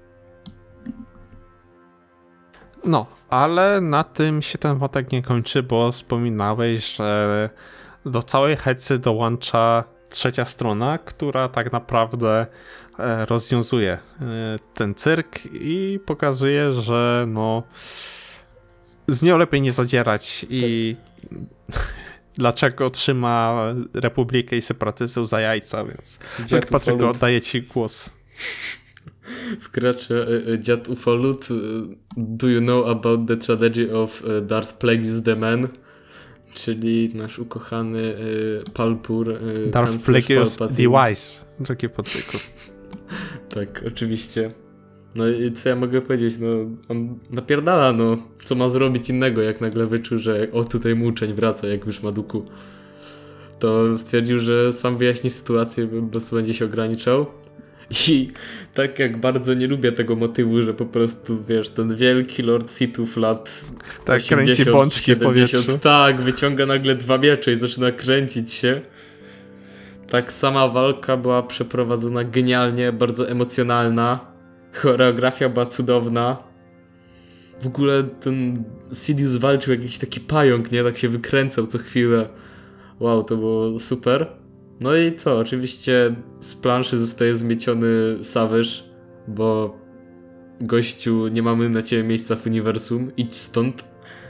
No, ale na tym się ten wątek nie kończy, bo wspominałeś, że do całej hecy dołącza trzecia strona, która tak naprawdę e, rozwiązuje e, ten cyrk i pokazuje, że no z nią lepiej nie zadzierać i dlaczego trzyma Republikę i separatystów za jajca, więc tak Patryku, oddaję ci głos. Wkracza y, y, dziad Ufolut. y, Do you know about the tragedy of y, Darth Plagueis the Man? Czyli nasz ukochany y, Palpur. Y, Darth kanclerz Plagueis Palpatine. the Wise, drogi Patryku. Tak, oczywiście. No i co ja mogę powiedzieć? No, on napierdala, no. Co ma zrobić innego, jak nagle wyczuł, że o, tutaj mu uczeń wraca, jak już ma duku. To stwierdził, że sam wyjaśni sytuację, po prostu będzie się ograniczał. I tak jak bardzo nie lubię tego motywu, że po prostu, wiesz, ten wielki Lord Sithów lat Tak, kręci osiemdziesiąt, bączki w siedemdziesiąt, powietrzu. tak, wyciąga nagle dwa miecze i zaczyna kręcić się. Tak sama walka była przeprowadzona genialnie, bardzo emocjonalna. Choreografia była cudowna. W ogóle ten Sidious walczył jak jakiś taki pająk, nie? Tak się wykręcał co chwilę. Wow, to było super. No i co? Oczywiście z planszy zostaje zmieciony Savage, bo gościu, nie mamy na ciebie miejsca w uniwersum, idź stąd.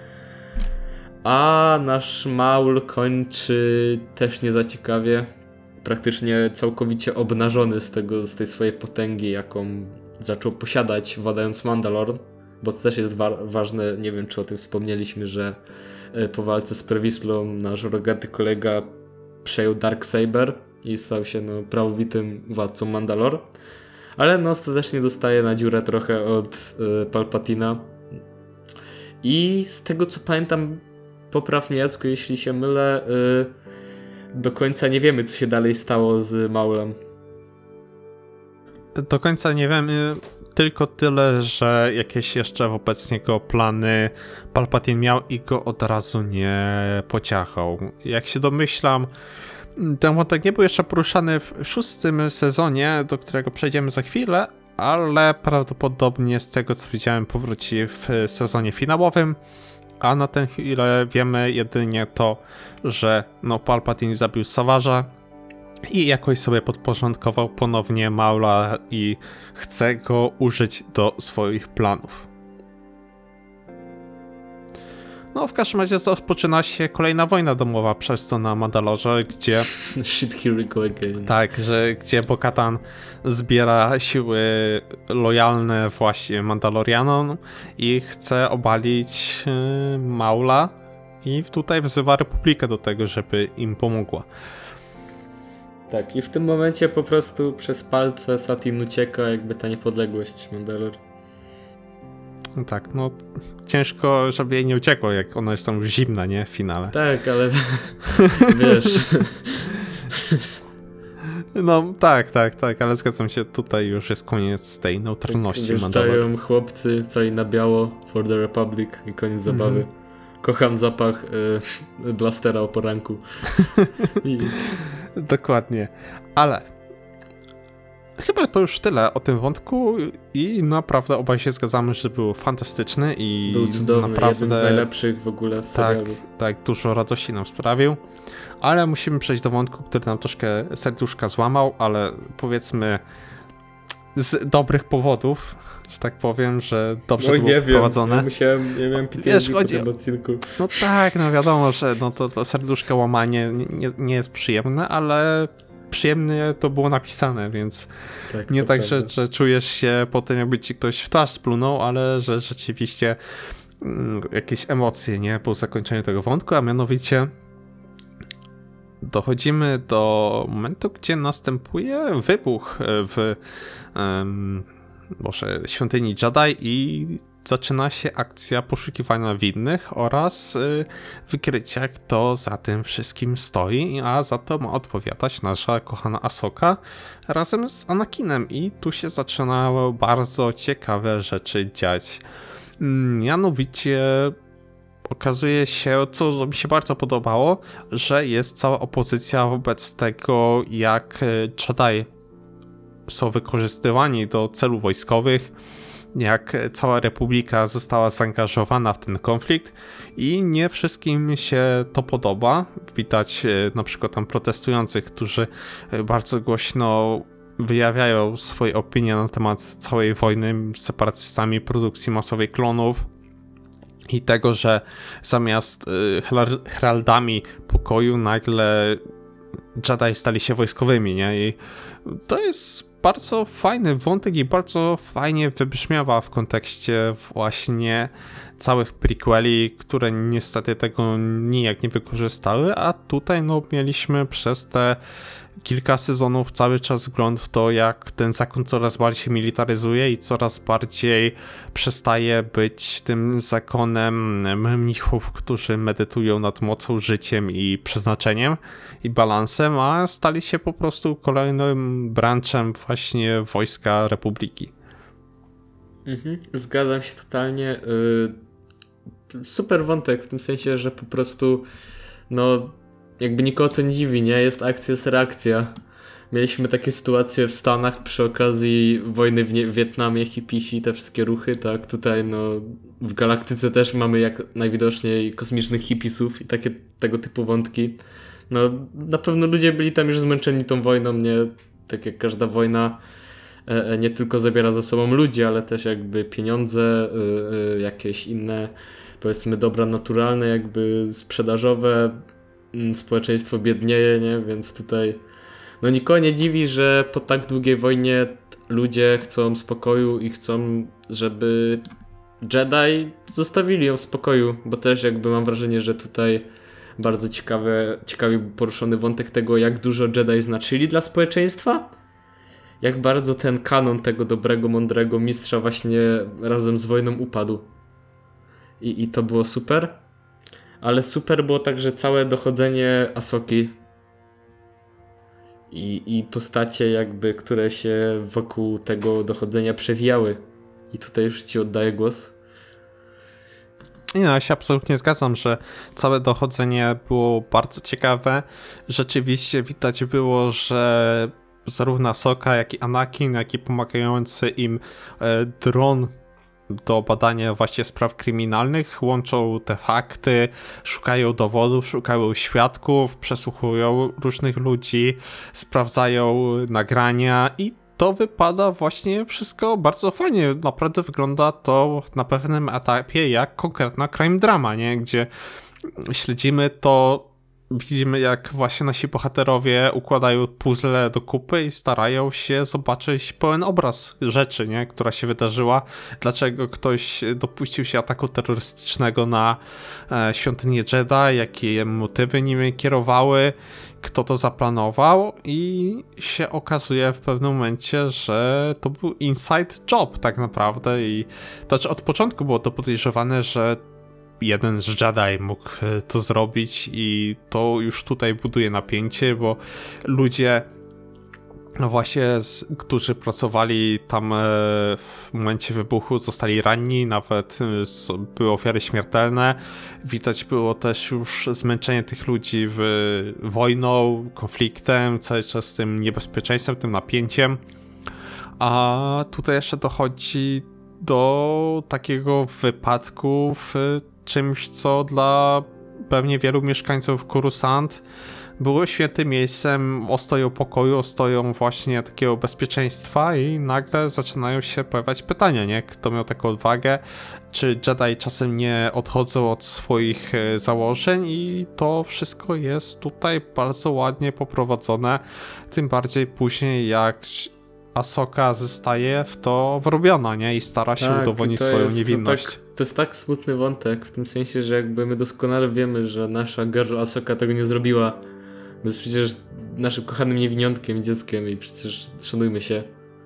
A nasz Maul kończy też nie za ciekawie. Praktycznie całkowicie obnażony z tego, z tej swojej potęgi, jaką zaczął posiadać władając Mandalore, bo to też jest wa- ważne, nie wiem czy o tym wspomnieliśmy, że e, po walce z Prewislą nasz rogaty kolega przejął Darksaber i stał się no, prawowitym władcą Mandalore, ale no ostatecznie dostaje na dziurę trochę od e, Palpatina i z tego co pamiętam, popraw mnie Jacku, jeśli się mylę, e, do końca nie wiemy co się dalej stało z Maulem. Do końca nie wiemy, tylko tyle, że jakieś jeszcze wobec niego plany Palpatine miał i go od razu nie pociachał. Jak się domyślam, ten wątek nie był jeszcze poruszany w szóstym sezonie, do którego przejdziemy za chwilę, ale prawdopodobnie z tego co widziałem powróci w sezonie finałowym, a na tę chwilę wiemy jedynie to, że no Palpatine zabił Savage'a i jakoś sobie podporządkował ponownie Maula i chce go użyć do swoich planów. No, w każdym razie rozpoczyna się kolejna wojna domowa przez to na Mandalorze, gdzie... Shit, here we go again. Tak, że gdzie Bo-Katan zbiera siły lojalne właśnie Mandalorianom i chce obalić yy, Maula i tutaj wzywa Republikę do tego, żeby im pomogła. Tak, i w tym momencie po prostu przez palce Satin ucieka, jakby ta niepodległość Mandalor. No tak, no ciężko, żeby jej nie uciekło, jak ona jest tam już zimna, nie? W finale. Tak, ale wiesz... No tak, tak, tak, ale zgadzam się, tutaj już jest koniec tej neutralności tak, Mandaloru. wjeżdżają chłopcy, cali na biało, for the Republic i koniec zabawy. Mm. Kocham zapach y, blastera o poranku. I... Dokładnie, ale chyba to już tyle o tym wątku i naprawdę obaj się zgadzamy, że był fantastyczny i był cudowny, naprawdę, jeden z najlepszych w ogóle w serialu. Tak, tak, dużo radości nam sprawił, ale musimy przejść do wątku, który nam troszkę serduszka złamał, ale powiedzmy z dobrych powodów, że tak powiem, że dobrze no, to było nie prowadzone. Wiem, ja musiałem, ja miałem P T S D po tym odcinku. No tak, no wiadomo, że no to, to serduszka łamanie nie, nie jest przyjemne, ale przyjemnie to było napisane, więc tak, nie tak, prawda. że, że czujesz się po tym, jakby ci ktoś w twarz splunął, ale że rzeczywiście mm, jakieś emocje, nie, po zakończeniu tego wątku, a mianowicie dochodzimy do momentu, gdzie następuje wybuch w um, może świątyni Jedi i zaczyna się akcja poszukiwania winnych oraz y, wykrycia, kto za tym wszystkim stoi, a za to ma odpowiadać nasza kochana Ahsoka razem z Anakinem i tu się zaczynały bardzo ciekawe rzeczy dziać. Mianowicie okazuje się, co mi się bardzo podobało, że jest cała opozycja wobec tego, jak Jedi są wykorzystywani do celów wojskowych, jak cała Republika została zaangażowana w ten konflikt i nie wszystkim się to podoba. Widać na przykład tam protestujących, którzy bardzo głośno wyjawiają swoje opinie na temat całej wojny z separatystami, produkcji masowej klonów i tego, że zamiast heraldami pokoju nagle Jedi stali się wojskowymi, nie? I to jest bardzo fajny wątek i bardzo fajnie wybrzmiawa w kontekście właśnie całych prequeli, które niestety tego nijak nie wykorzystały, a tutaj no mieliśmy przez te kilka sezonów cały czas wgląd w to, jak ten zakon coraz bardziej się militaryzuje i coraz bardziej przestaje być tym zakonem mnichów, którzy medytują nad mocą, życiem i przeznaczeniem i balansem, a stali się po prostu kolejnym branchem właśnie wojska Republiki. Mhm, zgadzam się totalnie. Yy, super wątek w tym sensie, że po prostu no jakby nikogo to nie dziwi, nie? Jest akcja, jest reakcja. Mieliśmy takie sytuacje w Stanach przy okazji wojny w, nie- w Wietnamie, hipisi, te wszystkie ruchy, tak? Tutaj no w galaktyce też mamy jak najwidoczniej kosmicznych hipisów i takie tego typu wątki. No na pewno ludzie byli tam już zmęczeni tą wojną, nie? Tak jak każda wojna e, nie tylko zabiera za sobą ludzi, ale też jakby pieniądze, y, y, jakieś inne powiedzmy dobra naturalne, jakby sprzedażowe. Społeczeństwo biednieje, nie? Więc tutaj no nikogo nie dziwi, że po tak długiej wojnie ludzie chcą spokoju i chcą, żeby Jedi zostawili ją w spokoju, bo też jakby mam wrażenie, że tutaj bardzo ciekawe, ciekawie poruszony wątek tego, jak dużo Jedi znaczyli dla społeczeństwa, jak bardzo ten kanon tego dobrego, mądrego mistrza właśnie razem z wojną upadł. I, i to było super. Ale super było także całe dochodzenie Ahsoki i, i postacie jakby, które się wokół tego dochodzenia przewijały. I tutaj już ci oddaję głos. Nie, ja się absolutnie zgadzam, że całe dochodzenie było bardzo ciekawe. Rzeczywiście widać było, że zarówno Ahsoka, jak i Anakin, jak i pomagający im e, dron do badania właśnie spraw kryminalnych, łączą te fakty, szukają dowodów, szukają świadków, przesłuchują różnych ludzi, sprawdzają nagrania i to wypada właśnie wszystko bardzo fajnie. Naprawdę wygląda to na pewnym etapie jak konkretna crime drama, nie? Gdzie śledzimy to, widzimy jak właśnie nasi bohaterowie układają puzzle do kupy i starają się zobaczyć pełen obraz rzeczy, nie? Która się wydarzyła, dlaczego ktoś dopuścił się ataku terrorystycznego na e, świątynię Jedi, jakie motywy nimi kierowały, kto to zaplanował i się okazuje w pewnym momencie, że to był inside job tak naprawdę i to znaczy od początku było to podejrzewane, że jeden z Jedi mógł to zrobić i to już tutaj buduje napięcie, bo ludzie no właśnie, z, którzy pracowali tam e, w momencie wybuchu, zostali ranni, nawet e, były ofiary śmiertelne. Widać było też już zmęczenie tych ludzi w, wojną, konfliktem, cały czas tym niebezpieczeństwem, tym napięciem. A tutaj jeszcze dochodzi do takiego wypadku w czymś, co dla pewnie wielu mieszkańców Coruscant było świętym miejscem ostoją pokoju, ostoją właśnie takiego bezpieczeństwa i nagle zaczynają się pojawiać pytania, nie? Kto miał taką odwagę, czy Jedi czasem nie odchodzą od swoich założeń i to wszystko jest tutaj bardzo ładnie poprowadzone, tym bardziej później jak Ahsoka zostaje w to wrobiona, nie? I stara się tak, udowodnić swoją jest, niewinność. To, tak, to jest tak smutny wątek, w tym sensie, że jakby my doskonale wiemy, że nasza girl Ahsoka tego nie zrobiła. Bo jest przecież naszym kochanym niewiniątkiem i dzieckiem i przecież szanujmy się.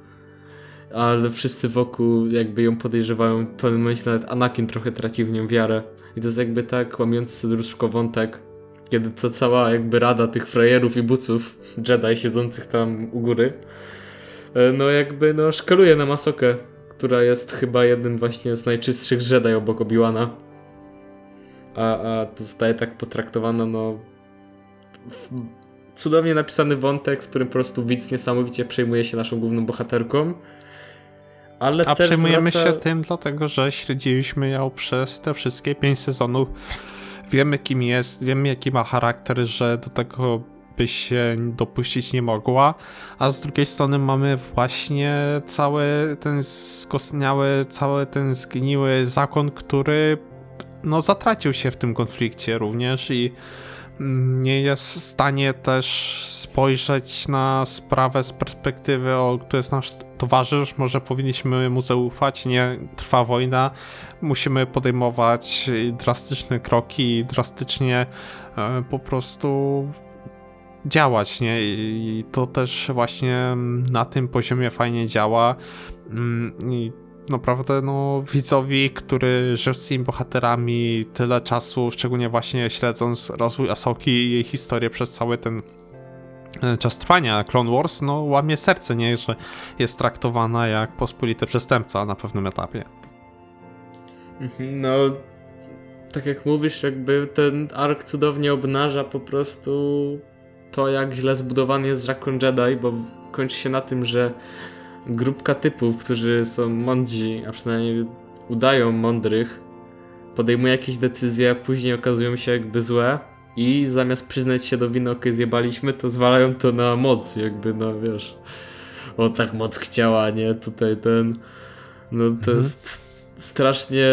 Ale wszyscy wokół jakby ją podejrzewają, w pewnym momencie nawet Anakin trochę traci w nią wiarę. I to jest jakby tak łamiący serduszko wątek, kiedy ta cała jakby rada tych frajerów i buców Jedi siedzących tam u góry no jakby no szkaluje nam Ahsokę, która jest chyba jednym właśnie z najczystszych Jedi obok Obi-Wana. A, a to zostaje tak potraktowana, no w, cudownie napisany wątek, w którym po prostu widz niesamowicie przejmuje się naszą główną bohaterką. Ale a też przejmujemy zwraca... się tym, dlatego że śledziliśmy ją przez te wszystkie pięć sezonów. Wiemy kim jest, wiemy jaki ma charakter, że do tego by się dopuścić nie mogła, a z drugiej strony mamy właśnie cały ten skostniały, cały ten zgniły zakon, który no zatracił się w tym konflikcie również i nie jest w stanie też spojrzeć na sprawę z perspektywy, o, to jest nasz towarzysz, może powinniśmy mu zaufać, nie trwa wojna, musimy podejmować drastyczne kroki, drastycznie e, po prostu działać, nie? I to też właśnie na tym poziomie fajnie działa i naprawdę no widzowi, który żył z tymi bohaterami tyle czasu, szczególnie właśnie śledząc rozwój Ahsoki i jej historię przez cały ten czas trwania Clone Wars, no łamie serce, nie? Że jest traktowana jak pospolity przestępca na pewnym etapie. No, tak jak mówisz, jakby ten ark cudownie obnaża po prostu to, jak źle zbudowany jest zakon Jedi, bo kończy się na tym, że grupka typów, którzy są mądrzy, a przynajmniej udają mądrych, podejmuje jakieś decyzje, a później okazują się jakby złe i zamiast przyznać się do winy, okej, zjebaliśmy, to zwalają to na moc, jakby, no wiesz, o tak moc chciała, nie, tutaj ten, no to mhm. jest strasznie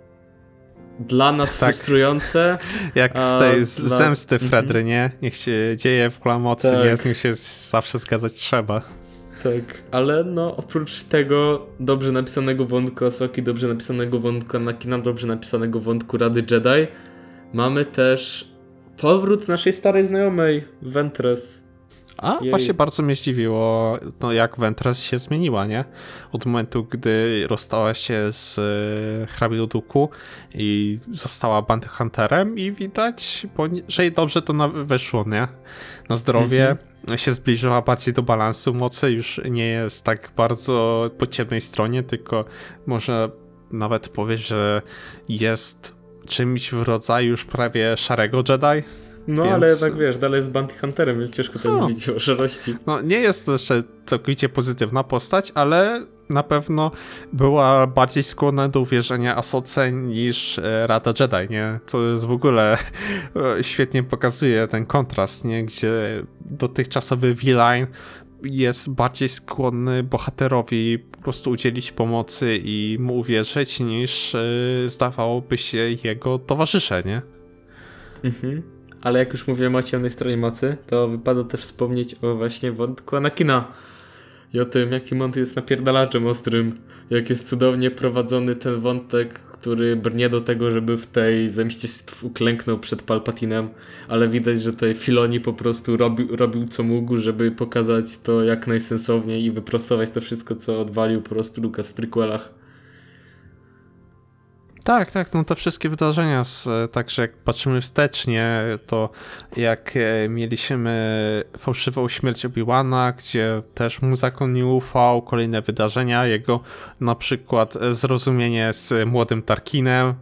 dla nas tak frustrujące. Jak z tej z dla... zemsty Fredry, nie? Niech się dzieje w klamocy, tak. Nie? Z nim się zawsze zgadzać trzeba. Tak, ale no oprócz tego dobrze napisanego wątku Ahsoki, dobrze napisanego wątku Anakina, dobrze napisanego wątku Rady Jedi, mamy też powrót naszej starej znajomej, Ventress. A Jej. Właśnie bardzo mnie zdziwiło, no jak Ventress się zmieniła, nie? Od momentu, gdy rozstała się z e, hrabią Dooku i została bounty hunterem i widać, bo, że jej dobrze to na, weszło, nie? Na zdrowie. Mhm. Się zbliżyła bardziej do balansu mocy, już nie jest tak bardzo po ciemnej stronie, tylko może nawet powiesz, że jest czymś w rodzaju już prawie szarego Jedi. No więc... ale jednak wiesz, dalej jest bounty hunterem, więc ciężko to no. mówić o szarości. No nie jest to jeszcze całkowicie pozytywna postać, ale na pewno była bardziej skłonna do uwierzenia Asoce niż e, Rada Jedi, nie? Co jest w ogóle e, świetnie pokazuje ten kontrast, nie? Gdzie dotychczasowy V-Line jest bardziej skłonny bohaterowi po prostu udzielić pomocy i mu uwierzyć, niż e, zdawałoby się jego towarzysze, nie? Mhm. Ale jak już mówiłem o ciemnej stronie mocy, to wypada też wspomnieć o właśnie wątku Anakina i o tym, jakim on jest napierdalaczem ostrym, jak jest cudownie prowadzony ten wątek, który brnie do tego, żeby w tej zemście Sithów uklęknął przed Palpatinem, ale widać, że tutaj Filoni po prostu robił, robił co mógł, żeby pokazać to jak najsensowniej i wyprostować to wszystko, co odwalił po prostu Lucas w prequelach. Tak, tak, no te wszystkie wydarzenia, z, także jak patrzymy wstecznie, to jak e, mieliśmy fałszywą śmierć Obi-Wana, gdzie też mu zakon nie ufał, kolejne wydarzenia, jego na przykład zrozumienie z młodym Tarkinem,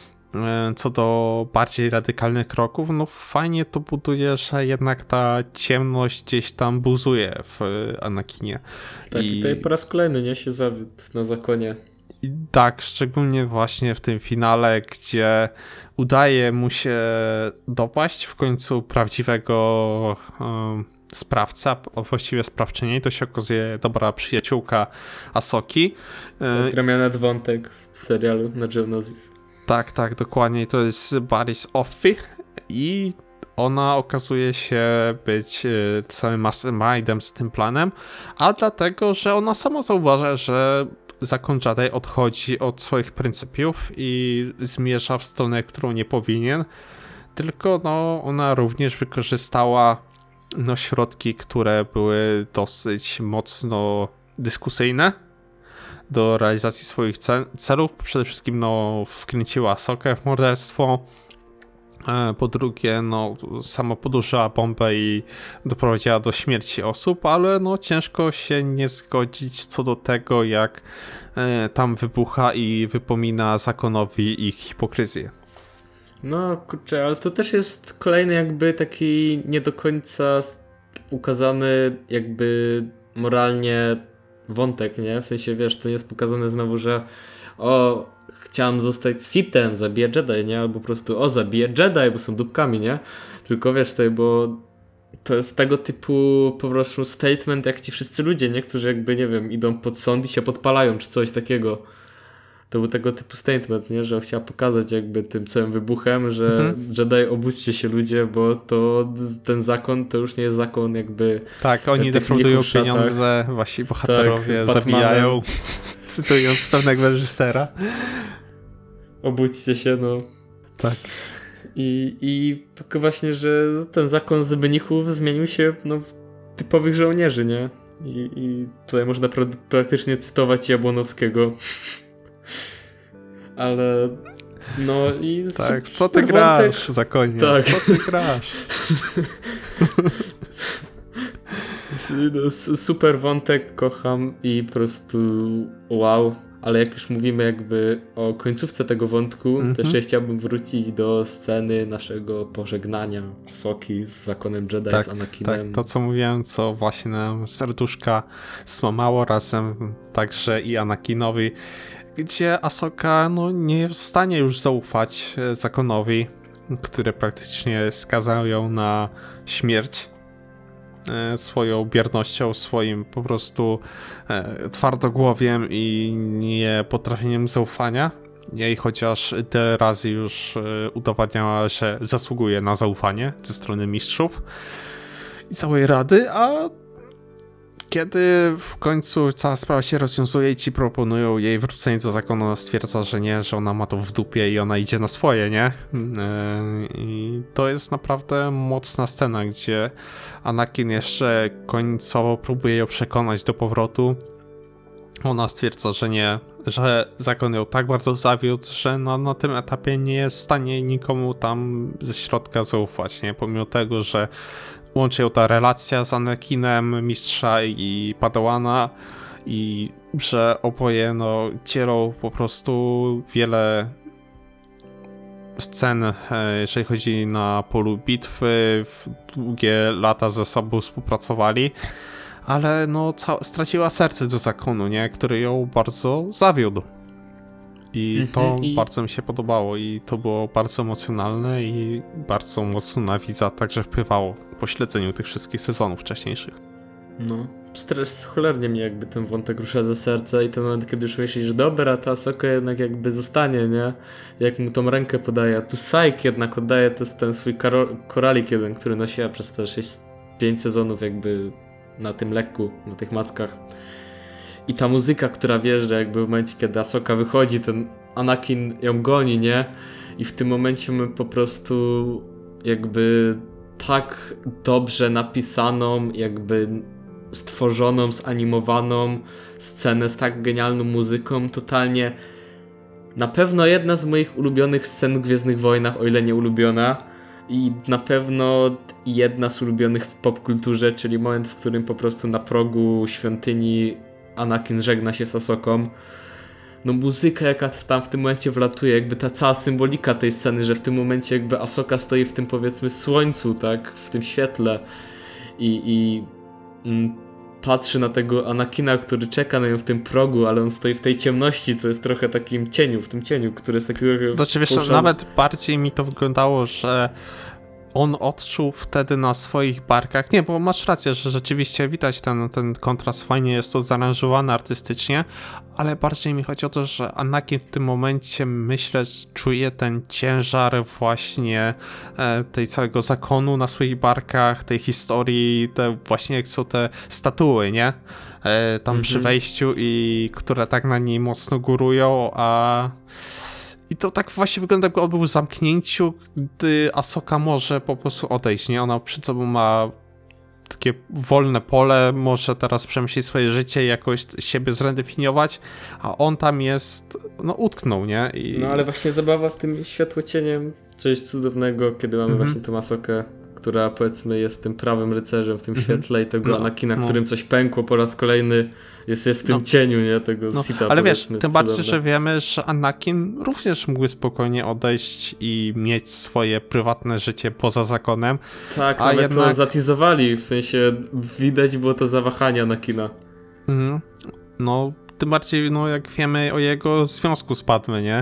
e, co do bardziej radykalnych kroków, no fajnie to buduje, że jednak ta ciemność gdzieś tam buzuje w Anakinie. Tak, i tutaj po raz kolejny nie się zawiódł na zakonie. I tak, szczególnie właśnie w tym finale, gdzie udaje mu się dopaść w końcu prawdziwego um, sprawca, a właściwie sprawczyni, to się okazuje dobra przyjaciółka Asoki. Ta, która miała nadwątek z serialu na Geonosis. Tak, tak, dokładnie. To jest Barriss Offee i ona okazuje się być całym mastermindem z tym planem, a dlatego, że ona sama zauważa, że zakon Jedi odchodzi od swoich pryncypiów i zmierza w stronę, którą nie powinien, tylko no, ona również wykorzystała no, środki, które były dosyć mocno dyskusyjne do realizacji swoich cel- celów. Przede wszystkim no, wkręciła Asokę w morderstwo. Po drugie, no, sama podłożyła bombę i doprowadziła do śmierci osób, ale no, ciężko się nie zgodzić co do tego, jak e, tam wybucha i wypomina zakonowi ich hipokryzję. No kurczę, ale to też jest kolejny jakby taki nie do końca ukazany jakby moralnie wątek, nie? W sensie, wiesz, to jest pokazane znowu, że o, chciałem zostać Sithem, zabiję Jedi, nie? Albo po prostu, o, zabiję Jedi, bo są dupkami, nie? Tylko wiesz, tutaj, bo to jest tego typu po prostu statement, jak ci wszyscy ludzie, nie? Którzy jakby, nie wiem, idą pod sąd i się podpalają, czy coś takiego. To był tego typu statement, nie? Że chciała pokazać jakby tym całym wybuchem, że mhm. Jedi, obudźcie się ludzie, bo to ten zakon to już nie jest zakon jakby... Tak, oni defraudują pieniądze, wasi bohaterowie tak, zabijają, cytując pewnego reżysera. Obudźcie się, no. Tak. I, i właśnie, że ten zakon z mnichów zmienił się no, w typowych żołnierzy, nie? I, i tutaj można pra- praktycznie cytować Jabłonowskiego. Ale no i tak, su- co ty grasz wątek... zakonie? Tak. Co ty grasz? Super wątek, kocham i po prostu wow. Ale jak już mówimy jakby o końcówce tego wątku, mm-hmm. też ja chciałbym wrócić do sceny naszego pożegnania Asoki z zakonem Jedi, tak, z Anakinem. Tak, to co mówiłem, co właśnie nam serduszka złamało razem także i Anakinowi, gdzie Asoka no, nie jest w stanie już zaufać zakonowi, który praktycznie skazał ją na śmierć swoją biernością, swoim po prostu twardogłowiem i nie potrafieniem zaufania. Jej chociaż te razy już udowadniała, że zasługuje na zaufanie ze strony mistrzów i całej rady, a kiedy w końcu cała sprawa się rozwiązuje i ci proponują jej wrócenie do zakonu, ona stwierdza, że nie, że ona ma to w dupie i ona idzie na swoje, nie? I to jest naprawdę mocna scena, gdzie Anakin jeszcze końcowo próbuje ją przekonać do powrotu. Ona stwierdza, że nie, że zakon ją tak bardzo zawiódł, że no, na tym etapie nie jest w stanie nikomu tam ze środka zaufać, nie? Pomimo tego, że łączy ją ta relacja z Anakinem, mistrza i Padawana i że oboje no, dzielą po prostu wiele scen, jeżeli chodzi na polu bitwy, długie lata ze sobą współpracowali, ale no ca- straciła serce do zakonu, nie? Który ją bardzo zawiódł. I to Mhm, i- bardzo mi się podobało i to było bardzo emocjonalne i bardzo mocno na widza także wpływało po śledzeniu tych wszystkich sezonów wcześniejszych. No, stres cholernie mnie jakby ten wątek rusza ze serca i ten moment, kiedy już myślisz, że dobra, ta Ahsoka jednak jakby zostanie, nie? Jak mu tą rękę podaje, a tu Psyche jednak oddaje ten, ten swój karo- koralik jeden, który nosiła przez te sześć pięć sezonów jakby na tym lekku, na tych mackach. I ta muzyka, która wjeżdża jakby w momencie, kiedy Ahsoka wychodzi, ten Anakin ją goni, nie? I w tym momencie my po prostu jakby tak dobrze napisaną, jakby stworzoną, zanimowaną scenę z tak genialną muzyką, totalnie na pewno jedna z moich ulubionych scen w Gwiezdnych Wojnach, o ile nie ulubiona, i na pewno jedna z ulubionych w popkulturze, czyli moment, w którym po prostu na progu świątyni Anakin żegna się z Ahsoką. No muzyka jaka tam w tym momencie wlatuje, jakby ta cała symbolika tej sceny, że w tym momencie jakby Ahsoka stoi w tym powiedzmy słońcu, tak, w tym świetle i, i mm, patrzy na tego Anakina, który czeka na nią w tym progu, ale on stoi w tej ciemności, co jest trochę takim cieniu, w tym cieniu, który jest taki trochę... Znaczy wiesz, fałszywy. nawet bardziej mi to wyglądało, że on odczuł wtedy na swoich barkach, nie, bo masz rację, że rzeczywiście widać ten, ten kontrast, fajnie jest to zaaranżowane artystycznie, ale bardziej mi chodzi o to, że Anakin w tym momencie, myślę, czuje ten ciężar właśnie e, tej całego zakonu na swoich barkach, tej historii, te właśnie jak są te statuły, nie? E, tam Mhm. przy wejściu i które tak na niej mocno górują, a... I to tak właśnie wygląda, jakby on był w zamknięciu, gdy Ahsoka może po prostu odejść, nie? Ona przed sobą ma takie wolne pole, może teraz przemyśleć swoje życie i jakoś siebie zredefiniować, a on tam jest, no utknął, nie? I... No ale właśnie zabawa tym światłocieniem, coś cudownego, kiedy mamy Mhm. właśnie tą Ahsokę, która powiedzmy jest tym prawym rycerzem w tym Mhm. świetle i tego No, Anakina, no. którym coś pękło po raz kolejny, jest, jest w tym No. cieniu, nie? Tego No, Sita, ale wiesz, powiedzmy, tym bardziej, cudowne. że wiemy, że Anakin również mógł spokojnie odejść i mieć swoje prywatne życie poza zakonem. Tak, a nawet jednak- to zatizowali, w sensie widać było to zawahanie Anakina. Mhm. No, tym bardziej, no jak wiemy o jego związku z Padmé, nie?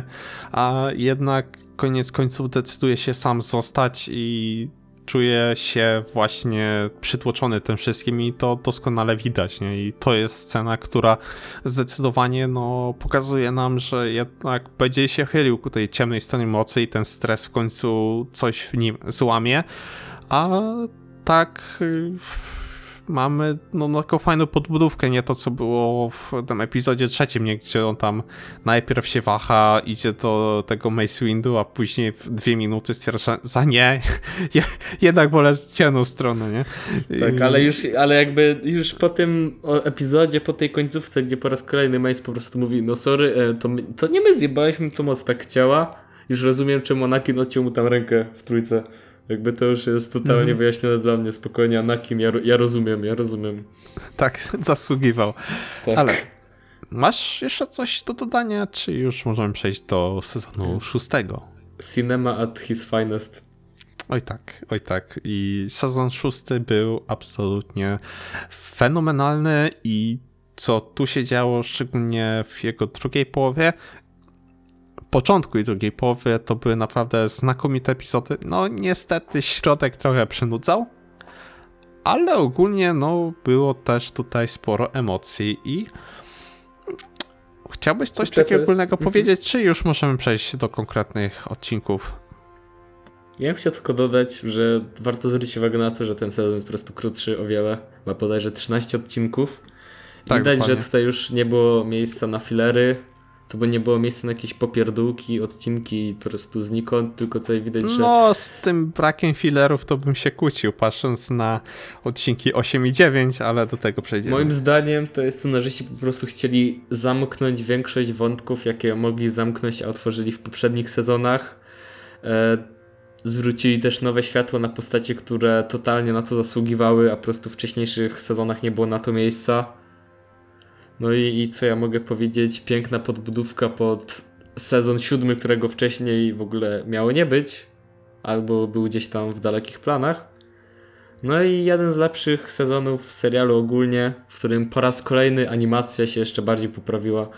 A jednak koniec końców decyduje się sam zostać i czuje się właśnie przytłoczony tym wszystkim i to doskonale widać, nie? I to jest scena, która zdecydowanie, no, pokazuje nam, że jednak będzie się chylił ku tej ciemnej stronie mocy i ten stres w końcu coś w nim złamie, a tak... y, mamy no, no, taką fajną podbudówkę, nie to co było w tym epizodzie trzecim, nie, gdzie on tam najpierw się waha, idzie do tego Mace Windu, a później w dwie minuty stwierdza, za nie, je, jednak wolę ciemną stronę, nie? Tak, I- ale już, ale jakby już po tym o, epizodzie, po tej końcówce, gdzie po raz kolejny Mace po prostu mówi, no sorry, e, to, my, to nie my zjebaliśmy, to moc tak chciała. Już rozumiem, czemu Anakin odciął mu tam rękę w trójce. Jakby to już jest totalnie Mhm. wyjaśnione dla mnie, spokojnie, Anakin, ja, ro- ja rozumiem, ja rozumiem. Tak, zasługiwał. Tak. Ale masz jeszcze coś do dodania, czy już możemy przejść do sezonu szóstego? Cinema at his finest. Oj tak, oj tak. I sezon szósty był absolutnie fenomenalny i co tu się działo, szczególnie w jego drugiej połowie, w początku i drugiej połowie, to były naprawdę znakomite epizody. No niestety środek trochę przynudzał, ale ogólnie no było też tutaj sporo emocji i chciałbyś coś Kurczę, to takiego jest- ogólnego mhm. powiedzieć, czy już możemy przejść do konkretnych odcinków? Ja bym chciał tylko dodać, że warto zwrócić uwagę na to, że ten sezon jest po prostu krótszy o wiele. Ma bodajże trzynaście odcinków. Tak, Widać, dokładnie. że tutaj już nie było miejsca na filery, to by nie było miejsca na jakieś popierdółki, odcinki po prostu znikąd, tylko tutaj widać, że... No, z tym brakiem filerów to bym się kłócił, patrząc na odcinki osiem i dziewięć, ale do tego przejdziemy. Moim zdaniem to jest scenarzyści po prostu chcieli zamknąć większość wątków, jakie mogli zamknąć, a otworzyli w poprzednich sezonach. E, zwrócili też nowe światło na postacie, które totalnie na to zasługiwały, a po prostu w wcześniejszych sezonach nie było na to miejsca. No i, i co ja mogę powiedzieć, piękna podbudówka pod sezon siódmy, którego wcześniej w ogóle miało nie być, albo był gdzieś tam w dalekich planach. No i jeden z lepszych sezonów w serialu ogólnie, w którym po raz kolejny animacja się jeszcze bardziej poprawiła.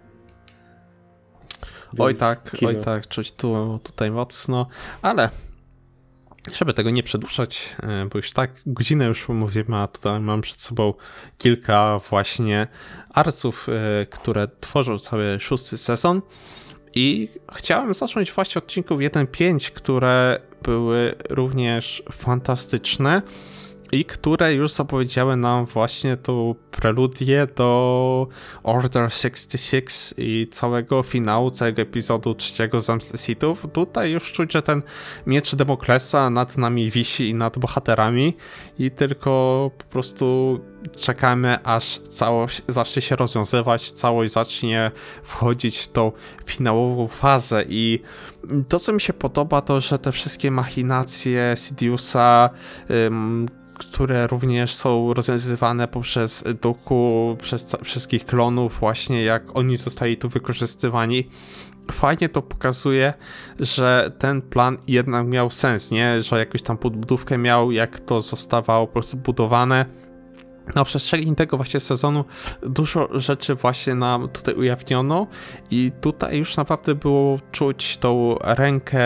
Oj Więc tak, kino. oj tak, czuć tu, tutaj mocno, ale żeby tego nie przedłużać, e, bo już tak godzinę już mówimy, a tutaj mam przed sobą kilka właśnie arców, e, które tworzą cały szósty sezon i chciałem zacząć właśnie odcinków jeden pięć, które były również fantastyczne i które już zapowiedziały nam właśnie tą preludię do Order sześćdziesiąt sześć i całego finału, całego epizodu trzeciego Zemsty Sithów. Tutaj już czuć, że ten miecz Demoklesa nad nami wisi i nad bohaterami i tylko po prostu czekamy, aż całość zacznie się rozwiązywać, całość zacznie wchodzić w tą finałową fazę i to, co mi się podoba, to, że te wszystkie machinacje Sidious'a, ym, które również są rozwiązywane poprzez Dooku, przez wszystkich klonów, właśnie jak oni zostali tu wykorzystywani. Fajnie to pokazuje, że ten plan jednak miał sens, nie? Że jakąś tam podbudówkę miał, jak to zostało po prostu budowane. Na przestrzeni tego właśnie sezonu dużo rzeczy właśnie nam tutaj ujawniono i tutaj już naprawdę było czuć tą rękę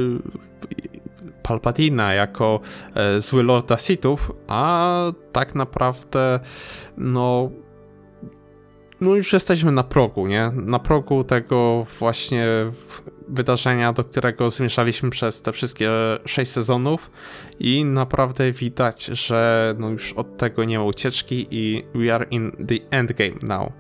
Palpatina jako e, zły Lorda Sithów, a tak naprawdę no no już jesteśmy na progu, nie? Na progu tego właśnie wydarzenia, do którego zmierzaliśmy przez te wszystkie sześć sezonów i naprawdę widać, że no już od tego nie ma ucieczki i we are in the endgame now.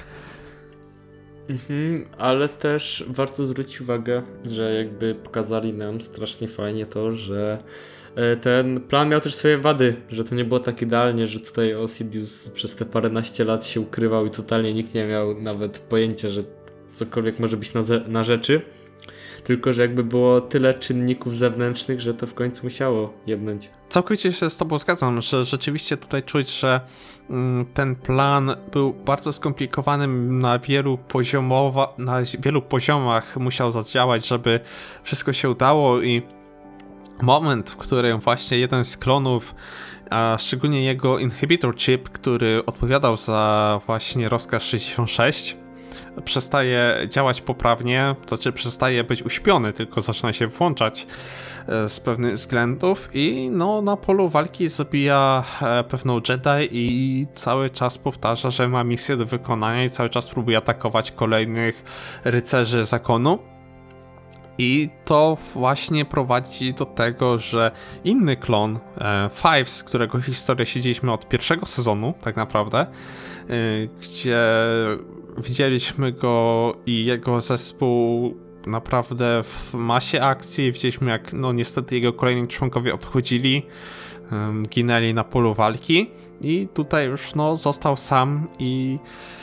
Mhm, ale też warto zwrócić uwagę, że jakby pokazali nam strasznie fajnie to, że e, ten plan miał też swoje wady, że to nie było tak idealnie, że tutaj Sidious przez te paręnaście lat się ukrywał i totalnie nikt nie miał nawet pojęcia, że cokolwiek może być na, ze- na rzeczy, tylko że jakby było tyle czynników zewnętrznych, że to w końcu musiało jebnąć. Całkowicie się z tobą zgadzam, że rzeczywiście tutaj czuć, że mm, ten plan był bardzo skomplikowany na wielu poziomowa, na wielu poziomach musiał zadziałać, żeby wszystko się udało i moment, w którym właśnie jeden z klonów, a szczególnie jego inhibitor chip, który odpowiadał za właśnie rozkaz sześćdziesiąt sześć, przestaje działać poprawnie, to znaczy przestaje być uśpiony, tylko zaczyna się włączać e, z pewnych względów i no na polu walki zabija e, pewną Jedi i cały czas powtarza, że ma misję do wykonania i cały czas próbuje atakować kolejnych rycerzy zakonu. I to właśnie prowadzi do tego, że inny klon, e, Fives, którego historię siedzieliśmy od pierwszego sezonu tak naprawdę, e, gdzie widzieliśmy go i jego zespół naprawdę w masie akcji, widzieliśmy jak no niestety jego kolejni członkowie odchodzili, um, ginęli na polu walki i tutaj już no został sam i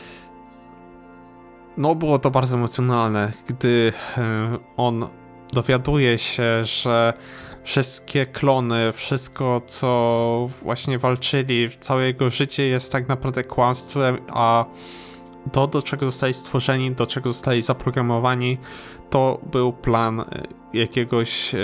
no było to bardzo emocjonalne, gdy um, on dowiaduje się, że wszystkie klony, wszystko co właśnie walczyli, całe jego życie jest tak naprawdę kłamstwem, a to, do czego zostali stworzeni, do czego zostali zaprogramowani, to był plan jakiegoś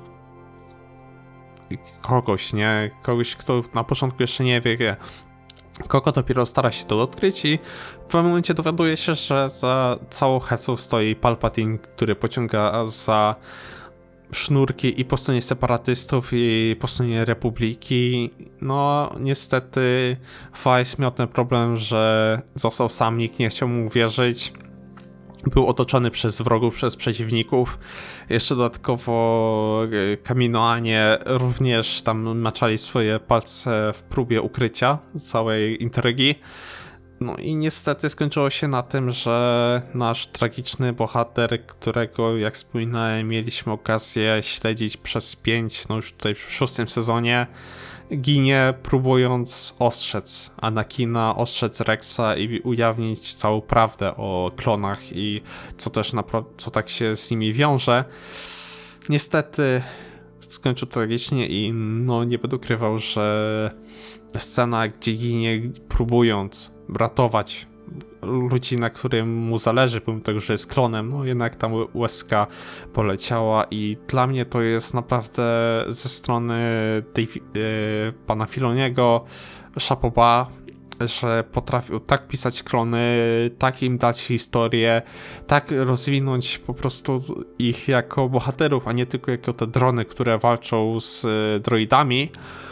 kogoś, nie? Kogoś, kto na początku jeszcze nie wie, kogo dopiero stara się to odkryć i w pewnym momencie dowiaduje się, że za całą hecą stoi Palpatine, który pociąga za sznurki i po stronie separatystów i po stronie Republiki. No niestety Weiss miał ten problem, że został sam, nikt nie chciał mu uwierzyć. Był otoczony przez wrogów, przez przeciwników. Jeszcze dodatkowo Kaminoanie również tam maczali swoje palce w próbie ukrycia całej intrygi. No i niestety skończyło się na tym, że nasz tragiczny bohater, którego jak wspominałem mieliśmy okazję śledzić przez pięć, no już tutaj w szóstym sezonie, ginie próbując ostrzec Anakina, ostrzec Rexa i ujawnić całą prawdę o klonach i co też napra- co tak się z nimi wiąże. Niestety skończył tragicznie i no nie będę ukrywał, że scena, gdzie ginie próbując ratować ludzi, na którym mu zależy, pomimo tego, że jest klonem, no jednak tam łezka poleciała i dla mnie to jest naprawdę ze strony tej, yy, pana Filoniego chapeau bas, że potrafił tak pisać klony, tak im dać historię, tak rozwinąć po prostu ich jako bohaterów, a nie tylko jako te drony, które walczą z droidami,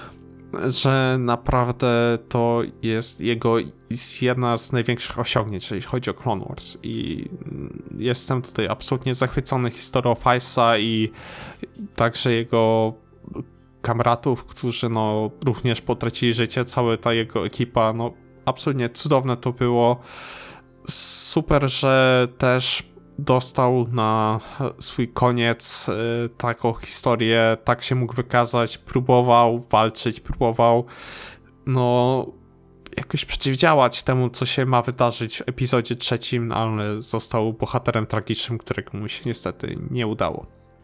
że naprawdę to jest jego jedna z największych osiągnięć, jeżeli chodzi o Clone Wars i jestem tutaj absolutnie zachwycony historią Fivesa i także jego kamratów, którzy no również potracili życie, cała ta jego ekipa, no absolutnie cudowne to było. Super, że też dostał na swój koniec y, taką historię, tak się mógł wykazać, próbował walczyć, próbował no jakoś przeciwdziałać temu, co się ma wydarzyć w epizodzie trzecim, ale został bohaterem tragicznym, którego mu się niestety nie udało.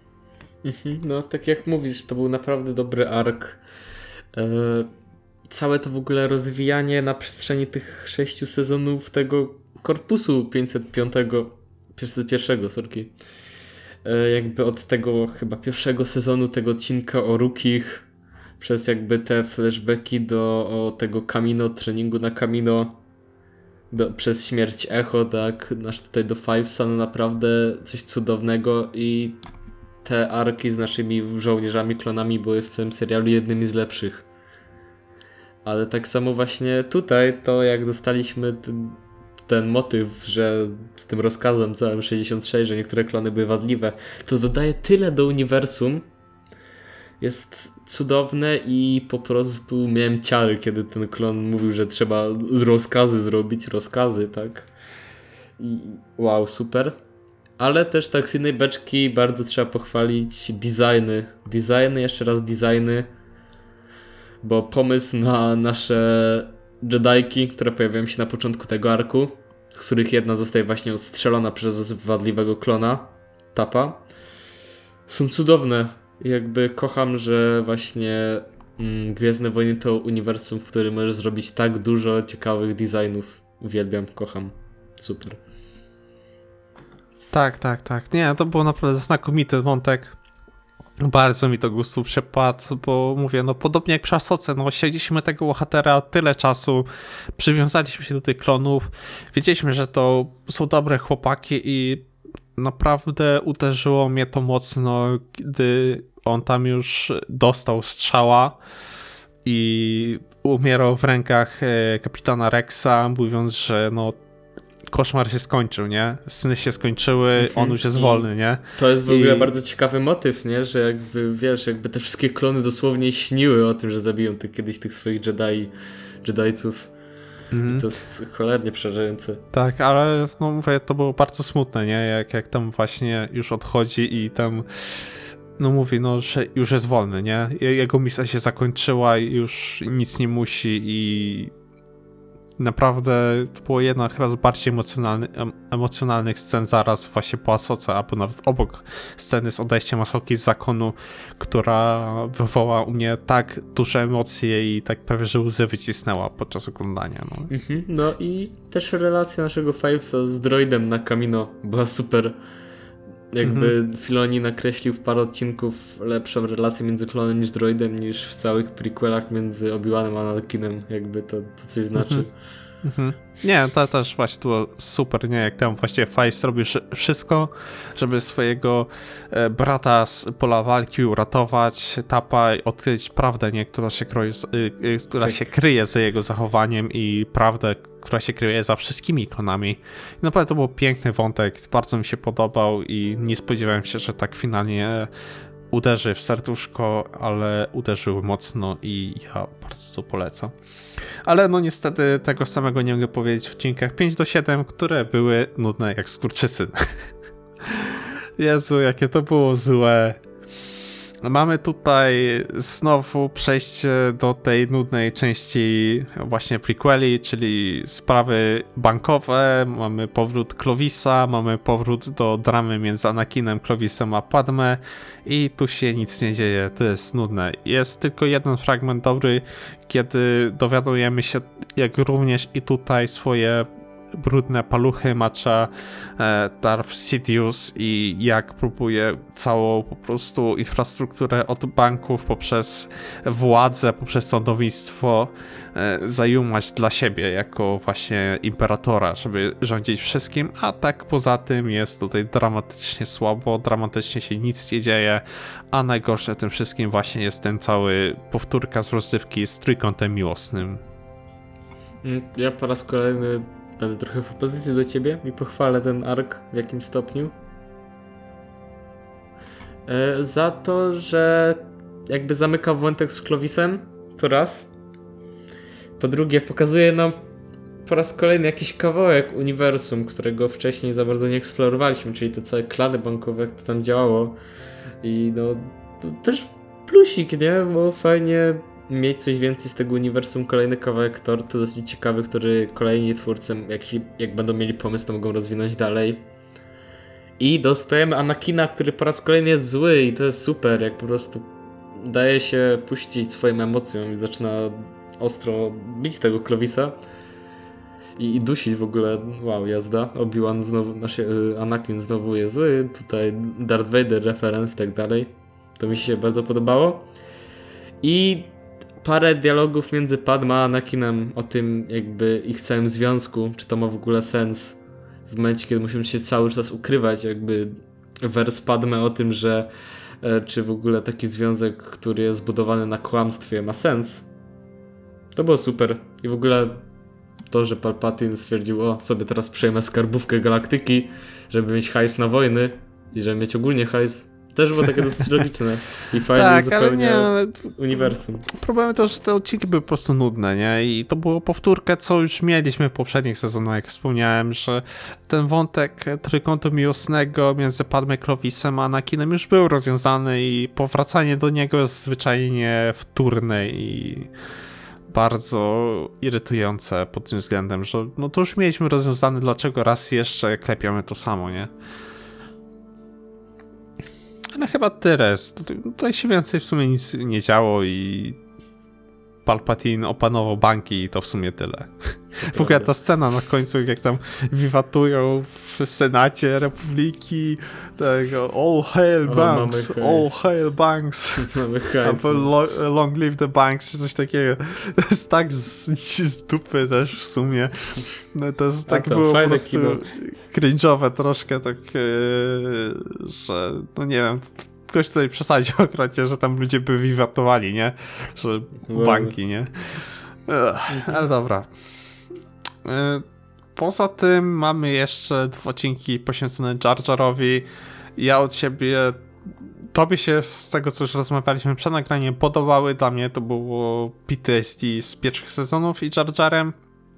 No, tak jak mówisz, to był naprawdę dobry ark. Yy, całe to w ogóle rozwijanie na przestrzeni tych sześciu sezonów tego korpusu pięćset piątego, pięćset jeden, sorki. Yy, jakby od tego chyba pierwszego sezonu tego odcinka o Rookich, przez jakby te flashbacki do o tego Kamino, treningu na Kamino, do, przez śmierć Echo, tak, nasz tutaj do Fivesa, no naprawdę coś cudownego i te arki z naszymi żołnierzami, klonami były w całym serialu jednymi z lepszych. Ale tak samo właśnie tutaj, to jak dostaliśmy ten, ten motyw, że z tym rozkazem całym sześćdziesiąt sześć, że niektóre klony były wadliwe, to dodaje tyle do uniwersum. Jest cudowne i po prostu miałem ciary, kiedy ten klon mówił, że trzeba rozkazy zrobić, rozkazy, tak? I wow, super. Ale też tak z innej beczki bardzo trzeba pochwalić designy. Designy, jeszcze raz designy. Bo pomysł na nasze Jedajki, które pojawiają się na początku tego arku, z których jedna zostaje właśnie ostrzelona przez wadliwego klona, Tapa, są cudowne. Jakby kocham, że właśnie mm, Gwiezdne Wojny to uniwersum, w którym możesz zrobić tak dużo ciekawych designów. Uwielbiam, kocham. Super. Tak, tak, tak. Nie, to był naprawdę znakomity wątek. Bardzo mi to gustu przypadł, bo mówię, no podobnie jak przy Asoce, no siedzieliśmy tego bohatera tyle czasu, przywiązaliśmy się do tych klonów, wiedzieliśmy, że to są dobre chłopaki i naprawdę uderzyło mnie to mocno, gdy on tam już dostał strzała i umierał w rękach kapitana Rexa, mówiąc, że no koszmar się skończył, nie? Sny się skończyły, mhm. On już jest I wolny, nie? To jest w ogóle I... bardzo ciekawy motyw, nie? Że jakby, wiesz, jakby te wszystkie klony dosłownie śniły o tym, że zabiją ty, kiedyś tych swoich Jedi, Jedajców. Mhm. I to jest cholernie przerażające. Tak, ale no mówię, to było bardzo smutne, nie? Jak, jak tam właśnie już odchodzi i tam no mówi, no, że już jest wolny, nie? Jego misja się zakończyła i już nic nie musi i naprawdę to było jedna chyba z bardziej emocjonalny, emocjonalnych scen zaraz właśnie po Asoce, albo nawet obok sceny z odejściem Asoki z zakonu, która wywołała u mnie tak duże emocje i tak prawie, że łzy wycisnęła podczas oglądania. No, mhm, no i też relacja naszego Fivesa z droidem na Kamino była super. Jakby mhm. Filoni nakreślił w parę odcinków lepszą relację między klonem niż droidem niż w całych prequelach między Obi-Wanem a Anakinem. Jakby to, to coś znaczy. Mhm. Nie, to też właśnie było super, nie? Jak tam właśnie Fives robił wszystko, żeby swojego e, brata z pola walki uratować, Tapa i odkryć prawdę, nie? Która się, kroi, y, y, która tak. się kryje za jego zachowaniem i prawdę, która się kryje za wszystkimi klonami. I naprawdę to był piękny wątek, bardzo mi się podobał i nie spodziewałem się, że tak finalnie uderzy w serduszko, ale uderzył mocno i ja bardzo to polecam. Ale no niestety tego samego nie mogę powiedzieć w odcinkach pięć do siedem, które były nudne jak skurczysyn. Jezu, jakie to było złe. Mamy tutaj znowu przejście do tej nudnej części właśnie prequeli, czyli sprawy bankowe, mamy powrót Clovisa, mamy powrót do dramy między Anakinem, Clovisem a Padme i tu się nic nie dzieje, to jest nudne. Jest tylko jeden fragment dobry, kiedy dowiadujemy się, jak również i tutaj swoje brudne paluchy macza e, Darth Sidious i jak próbuje całą po prostu infrastrukturę od banków poprzez władzę, poprzez sądownictwo e, zajumać dla siebie jako właśnie imperatora, żeby rządzić wszystkim, a tak poza tym jest tutaj dramatycznie słabo, dramatycznie się nic nie dzieje, a najgorsze w tym wszystkim właśnie jest ten cały powtórka z rozrywki z trójkątem miłosnym. Ja po raz kolejny będę trochę w opozycji do ciebie i pochwalę ten ark w jakimś stopniu. E, za to, że jakby zamyka wątek z Clovisem, to raz. Po drugie, pokazuje nam po raz kolejny jakiś kawałek uniwersum, którego wcześniej za bardzo nie eksplorowaliśmy, czyli te całe klany bankowe, jak to tam działało. I no, to też plusik, nie? Bo fajnie mieć coś więcej z tego uniwersum, kolejny kawałek tortu, dosyć ciekawy, który kolejni twórcy, jak, jak będą mieli pomysł, to mogą rozwinąć dalej. I dostajemy Anakina, który po raz kolejny jest zły i to jest super, jak po prostu daje się puścić swoim emocjom i zaczyna ostro bić tego Clovisa i, i dusić w ogóle. Wow, jazda. Obi-Wan znowu, znaczy Anakin znowu jest zły, tutaj Darth Vader referenc i tak dalej. To mi się bardzo podobało. I parę dialogów między Padma a Anakinem o tym jakby ich całym związku, czy to ma w ogóle sens w momencie, kiedy musimy się cały czas ukrywać, jakby wers Padme o tym, że e, czy w ogóle taki związek, który jest zbudowany na kłamstwie, ma sens. To było super. I w ogóle to, że Palpatine stwierdził, o, sobie teraz przejmę skarbówkę galaktyki, żeby mieć hajs na wojny i żeby mieć ogólnie hajs, też było takie dosyć logiczne i fajnie tak, zupełnie ale nie, uniwersum. Problem to, że te odcinki były po prostu nudne, nie? I to było powtórkę, co już mieliśmy w poprzednich sezonach, jak wspomniałem, że ten wątek trójkątu miłosnego między Padmé, Clovisem a Anakinem już był rozwiązany i powracanie do niego jest zwyczajnie wtórne i bardzo irytujące pod tym względem, że no to już mieliśmy rozwiązane, dlaczego raz jeszcze klepiamy to samo, nie? Ale chyba tyle. Tutaj się więcej w sumie nic nie działo i Palpatine opanował banki i to w sumie tyle. W ogóle ta scena na końcu, jak tam wiwatują w Senacie Republiki, tego All hail O, banks, mamy all hajs. hail banks, Mamy hajs. albo lo, long live the banks, czy coś takiego. To jest tak z, z dupy też w sumie. No to jest, tak to było po fajne prostu kino. cringe'owe troszkę, tak, yy, że no nie wiem, t- ktoś tutaj przesadził akurat, że tam ludzie by wiwatowali, nie? Że Wow. banki, nie? Ech, ale dobra. Yy, Poza tym mamy jeszcze dwa odcinki poświęcone Jar Jarowi. Ja od siebie, tobie się z tego, co już rozmawialiśmy przed nagraniem, podobały. Dla mnie to było P T S D z pierwszych sezonów i Jar Jarem.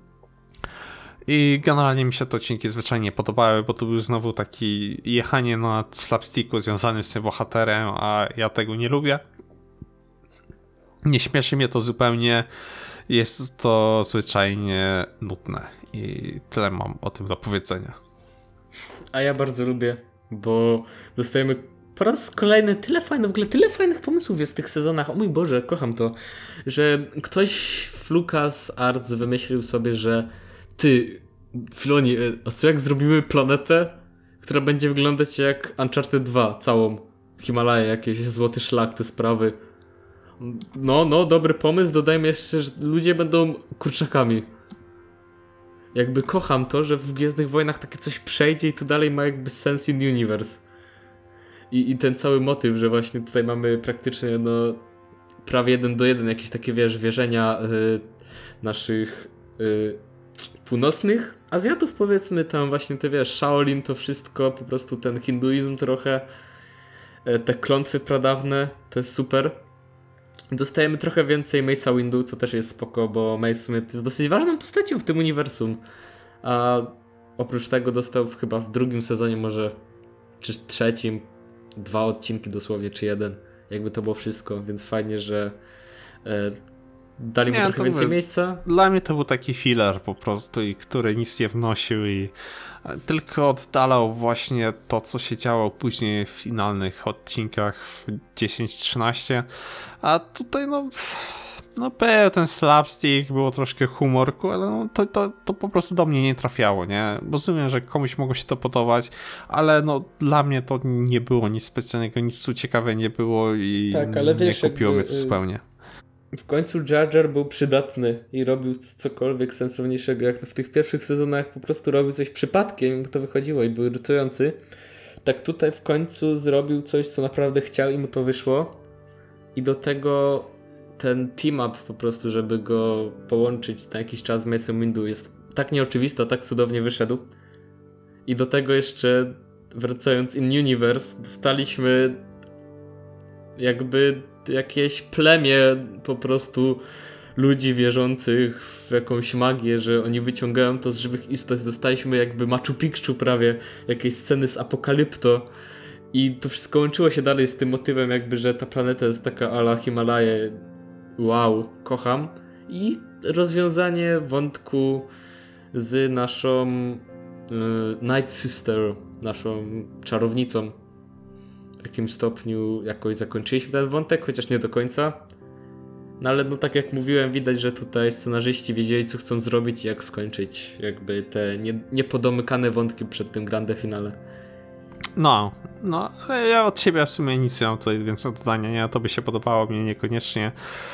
I generalnie mi się te odcinki zwyczajnie podobały, bo to był znowu taki jechanie na slapsticku związany z tym bohaterem, a ja tego nie lubię. Nie śmieszy mnie to zupełnie. Jest to zwyczajnie nudne i tyle mam o tym do powiedzenia. A ja bardzo lubię, bo dostajemy po raz kolejny tyle fajnych, w ogóle tyle fajnych pomysłów jest w tych sezonach. O mój Boże, kocham to, że ktoś w Lucas Arts wymyślił sobie, że ty, Filoni, a co jak zrobimy planetę, która będzie wyglądać jak Uncharted dwa, całą Himalaję, jakieś złoty szlak, te sprawy. No, no, dobry pomysł. Dodajmy jeszcze, że ludzie będą kurczakami. Jakby kocham to, że w Gwiezdnych Wojnach takie coś przejdzie i to dalej ma jakby sens in universe. I, i ten cały motyw, że właśnie tutaj mamy praktycznie no prawie jeden do jeden jakieś takie, wiesz, wierzenia y, naszych y, północnych Azjatów, powiedzmy, tam właśnie te, wiesz, Shaolin, to wszystko, po prostu ten hinduizm trochę, y, te klątwy pradawne, to jest super. Dostajemy trochę więcej Mace'a Windu, co też jest spoko, bo Mace w sumie jest dosyć ważną postacią w tym uniwersum. A oprócz tego dostał chyba w drugim sezonie może, czy trzecim, dwa odcinki dosłownie, czy jeden. Jakby to było wszystko, więc fajnie, że e, dali mu Nie, trochę to więcej mówię, miejsca. Dla mnie to był taki filler po prostu, i który nic nie wnosił i tylko oddalał właśnie to, co się działo później w finalnych odcinkach w dziesięć trzynaście. A tutaj no no był ten slapstick, było troszkę humorku, ale no, to, to, to po prostu do mnie nie trafiało, nie? Rozumiem, że komuś mogło się to podobać, ale no dla mnie to nie było nic specjalnego, nic tu ciekawe nie było i tak, ale wiesz, nie kupiło jakby, mnie to zupełnie. W końcu Jar Jar był przydatny i robił cokolwiek sensowniejszego, jak w tych pierwszych sezonach po prostu robił coś przypadkiem i to wychodziło i był irytujący. Tak tutaj w końcu zrobił coś, co naprawdę chciał i mu to wyszło. I do tego ten team-up po prostu, żeby go połączyć na jakiś czas z Mace'em Windu jest tak nieoczywista, tak cudownie wyszedł. I do tego jeszcze, wracając in universe, dostaliśmy jakby jakieś plemię po prostu ludzi wierzących w jakąś magię, że oni wyciągają to z żywych istot. Dostaliśmy jakby Machu Picchu prawie, jakieś sceny z Apokalipto i to wszystko łączyło się dalej z tym motywem jakby, że ta planeta jest taka a la Himalaje. Wow, kocham. I rozwiązanie wątku z naszą y, Night Sister, naszą czarownicą. W jakimś stopniu jakoś zakończyliśmy ten wątek, chociaż nie do końca. No ale no tak jak mówiłem, widać, że tutaj scenarzyści wiedzieli, co chcą zrobić i jak skończyć jakby te nie, niepodomykane wątki przed tym grande finale. No, no, ale ja od siebie w sumie nic nie mam tutaj więcej do dodania, nie? To by się podobało, mnie niekoniecznie.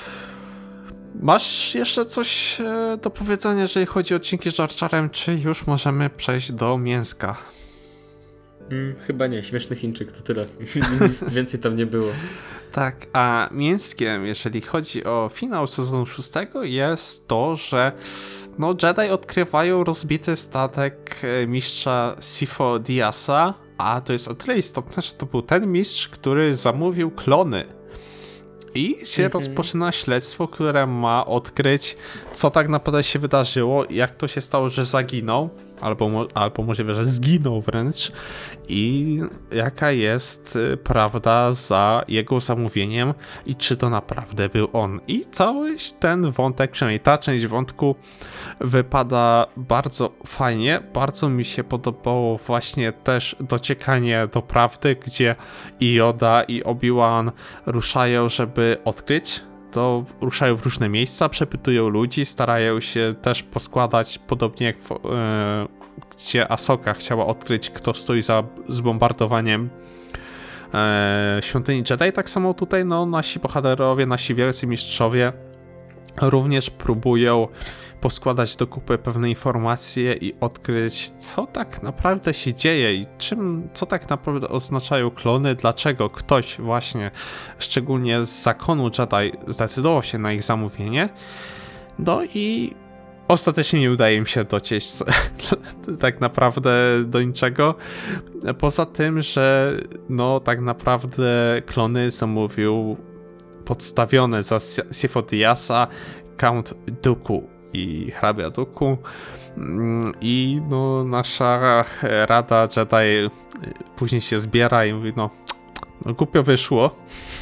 Masz jeszcze coś e, do powiedzenia, jeżeli chodzi o odcinki z Jar Jarem, czy już możemy przejść do mięska? Hmm, chyba nie, śmieszny Chińczyk, to tyle. Nic więcej tam nie było. Tak, a mięskiem, jeżeli chodzi o finał sezonu szóstego, jest to, że no, Jedi odkrywają rozbity statek mistrza Sifo Dyasa, a to jest o tyle istotne, że to był ten mistrz, który zamówił klony. I się mhm. rozpoczyna śledztwo, które ma odkryć, co tak naprawdę się wydarzyło, jak to się stało, że zaginął, albo, albo możliwe, że zginął wręcz, i jaka jest prawda za jego zamówieniem i czy to naprawdę był on. I cały ten wątek, przynajmniej ta część wątku, wypada bardzo fajnie. Bardzo mi się podobało właśnie też dociekanie do prawdy, gdzie i Yoda, i Obi-Wan ruszają, żeby odkryć. To ruszają w różne miejsca, przepytują ludzi, starają się też poskładać, podobnie jak w, yy, gdzie Ahsoka chciała odkryć, kto stoi za zbombardowaniem yy, świątyni Jedi. Tak samo tutaj no, nasi bohaterowie, nasi wielcy mistrzowie również próbują poskładać do kupy pewne informacje i odkryć, co tak naprawdę się dzieje i czym, co tak naprawdę oznaczają klony, dlaczego ktoś właśnie, szczególnie z zakonu Jedi, zdecydował się na ich zamówienie. No i ostatecznie nie udaje im się docieć tak naprawdę do niczego. Poza tym, że no tak naprawdę klony zamówił podstawione za Sifo Dyasa Count Dooku i hrabia Dooku. I no nasza Rada Jedi później się zbiera i mówi, no, no głupio wyszło.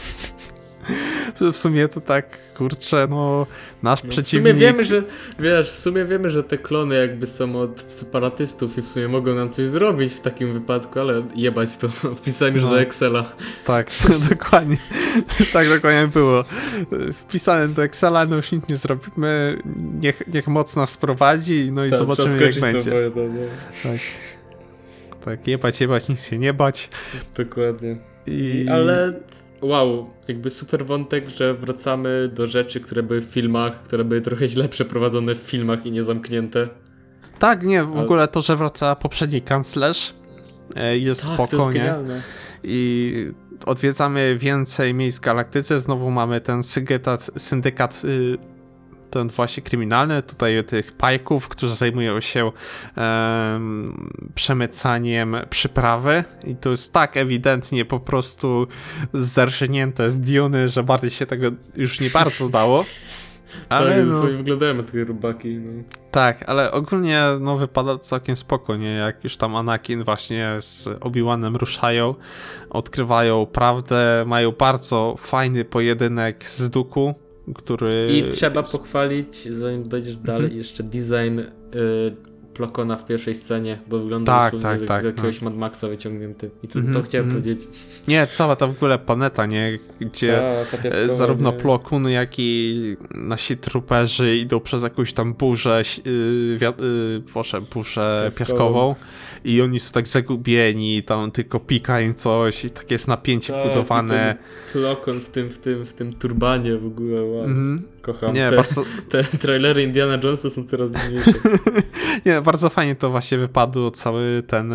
W sumie to tak, kurczę, no nasz no, przeciwnik... W sumie wiemy, że, wiesz, w sumie wiemy, że te klony jakby są od separatystów i w sumie mogą nam coś zrobić w takim wypadku, ale jebać to, wpisałem już no. do Excela. Tak, dokładnie, tak dokładnie było. Wpisane do Excela, no już nic nie zrobimy, niech, niech moc nas prowadzi, no i tak, zobaczymy jak będzie. Boję, no, no. Tak. tak, jebać, jebać, nic się nie bać. Dokładnie. I... Ale... Wow, jakby super wątek, że wracamy do rzeczy, które były w filmach, które były trochę źle przeprowadzone w filmach i nie zamknięte. Tak, nie, w Ale... ogóle to, że wraca poprzedni kanclerz jest tak, spoko, to jest nie? genialne. I odwiedzamy więcej miejsc w galaktyce, znowu mamy ten syndykat, syndykat ten właśnie kryminalny, tutaj tych pajków, którzy zajmują się um, przemycaniem przyprawy i to jest tak ewidentnie po prostu zerżnięte z Duny, że bardziej się tego już nie bardzo dało. Ale tak, no, wyglądają takie rubaki. No. Tak, ale ogólnie no, wypada całkiem spoko, nie? Jak już tam Anakin właśnie z Obi-Wanem ruszają, odkrywają prawdę, mają bardzo fajny pojedynek z Dooku, który... I trzeba pochwalić, zanim dojdziesz dalej, mhm. jeszcze design y, Plokona w pierwszej scenie, bo wygląda Tak, dosłownie tak, z, tak, z jakiegoś no. Mad Maxa wyciągnięty. I to, Mhm, to chciałem mhm. powiedzieć. Nie, cała ta w ogóle planeta, nie? Gdzie Ta, ta piaskowa, e, zarówno nie? Plo Koon, jak i nasi truperzy idą przez jakąś tam burzę, yy, wi- yy, proszę, burzę Piaskową. piaskową i oni są tak zagubieni, tam tylko pika im coś i takie jest napięcie Tak, budowane. i ten Plokon w tym, w tym, w tym turbanie w ogóle, wow. Mhm. Kocham. Nie, te, bardzo, te trailery Indiana Jonesa są coraz dziwniejsze. nie, bardzo fajnie to właśnie wypadło, cały ten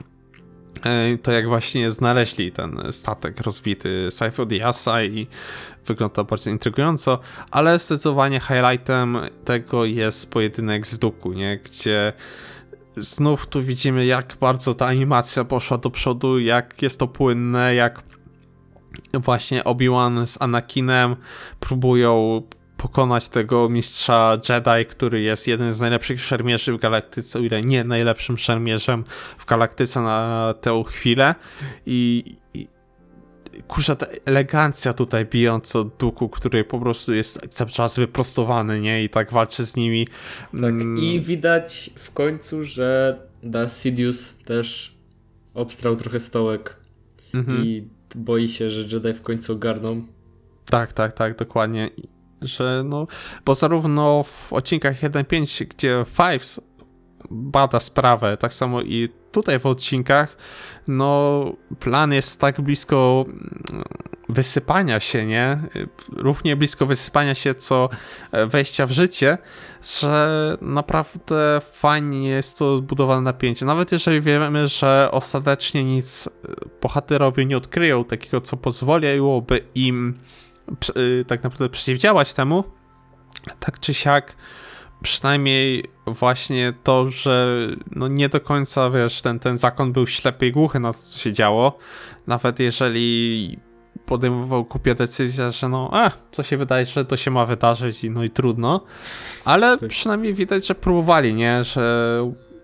e, to jak właśnie znaleźli ten statek rozbity Seyfo Dyasa i wygląda bardzo intrygująco, ale zdecydowanie highlightem tego jest pojedynek z Dooku, nie? Gdzie znów tu widzimy, jak bardzo ta animacja poszła do przodu, jak jest to płynne, jak właśnie Obi-Wan z Anakinem próbują pokonać tego mistrza Jedi, który jest jeden z najlepszych szermierzy w galaktyce, o ile nie najlepszym szermierzem w galaktyce na tę chwilę. I, i kurczę, ta elegancja tutaj bijąca od Dooku, który po prostu jest cały czas wyprostowany, nie? I tak walczy z nimi. Tak, Mm, i widać w końcu, że Darth Sidious też obstrał trochę stołek mhm. i boi się, że Jedi w końcu ogarną. Tak, tak, tak, dokładnie. Że no, bo zarówno w odcinkach jeden pięć, gdzie Fives bada sprawę, tak samo i tutaj w odcinkach, no plan jest tak blisko wysypania się, nie? Równie blisko wysypania się, co wejścia w życie, że naprawdę fajnie jest to zbudowane napięcie. Nawet jeżeli wiemy, że ostatecznie nic bohaterowie nie odkryją takiego, co pozwoliłoby im tak naprawdę przeciwdziałać temu, tak czy siak przynajmniej właśnie to, że no nie do końca, wiesz, ten, ten zakon był ślepy i głuchy na to, co się działo, nawet jeżeli podejmował głupia decyzja, że no, a, co się wydaje, że to się ma wydarzyć i no i trudno, ale Tak. przynajmniej widać, że próbowali, nie, że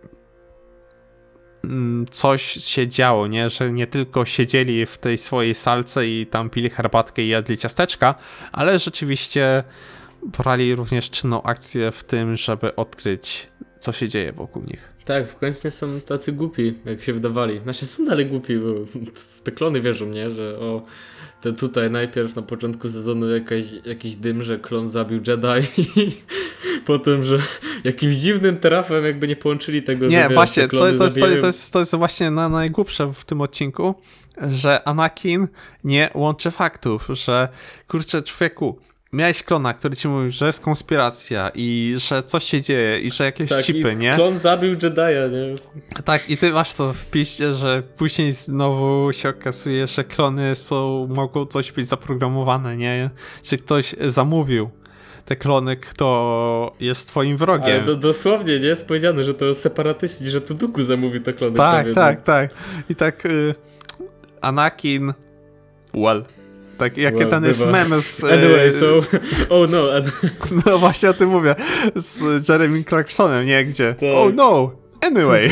coś się działo, nie? Że nie tylko siedzieli w tej swojej salce i tam pili herbatkę i jadli ciasteczka, ale rzeczywiście brali również czynną akcję w tym, żeby odkryć, co się dzieje wokół nich. Tak, w końcu nie są tacy głupi, jak się wydawali. Znaczy są dalej głupi, bo w te klony wierzą, nie? Że o, to tutaj najpierw na początku sezonu jakaś, jakiś dym, że klon zabił Jedi i potem, że jakimś dziwnym trafem jakby nie połączyli tego, Nie, że wiesz, właśnie, te to, klony to, jest, to, zabijają. to, jest, to jest właśnie na, najgłupsze w tym odcinku, że Anakin nie łączy faktów, że kurczę, człowieku, miałeś klona, który ci mówił, że jest konspiracja i że coś się dzieje i że jakieś tak, chipy, i nie? klon zabił Jedi'a, nie? Tak, i ty masz to w piście, że później znowu się okazuje, że klony są, mogą coś być zaprogramowane, nie? Czy ktoś zamówił te klony, kto jest twoim wrogiem. Ale do, dosłownie, nie? Jest powiedziane, że to separatyści, że to Dooku zamówił te klony. Tak, prawie, tak, no. tak. I tak y, Anakin, well... Tak, jak Well, ten jest bywa. mem z... Anyway, so... Oh no, an... No właśnie o tym mówię. Z Jeremy Clarksonem, nie? Gdzie? Tak. Oh no, anyway.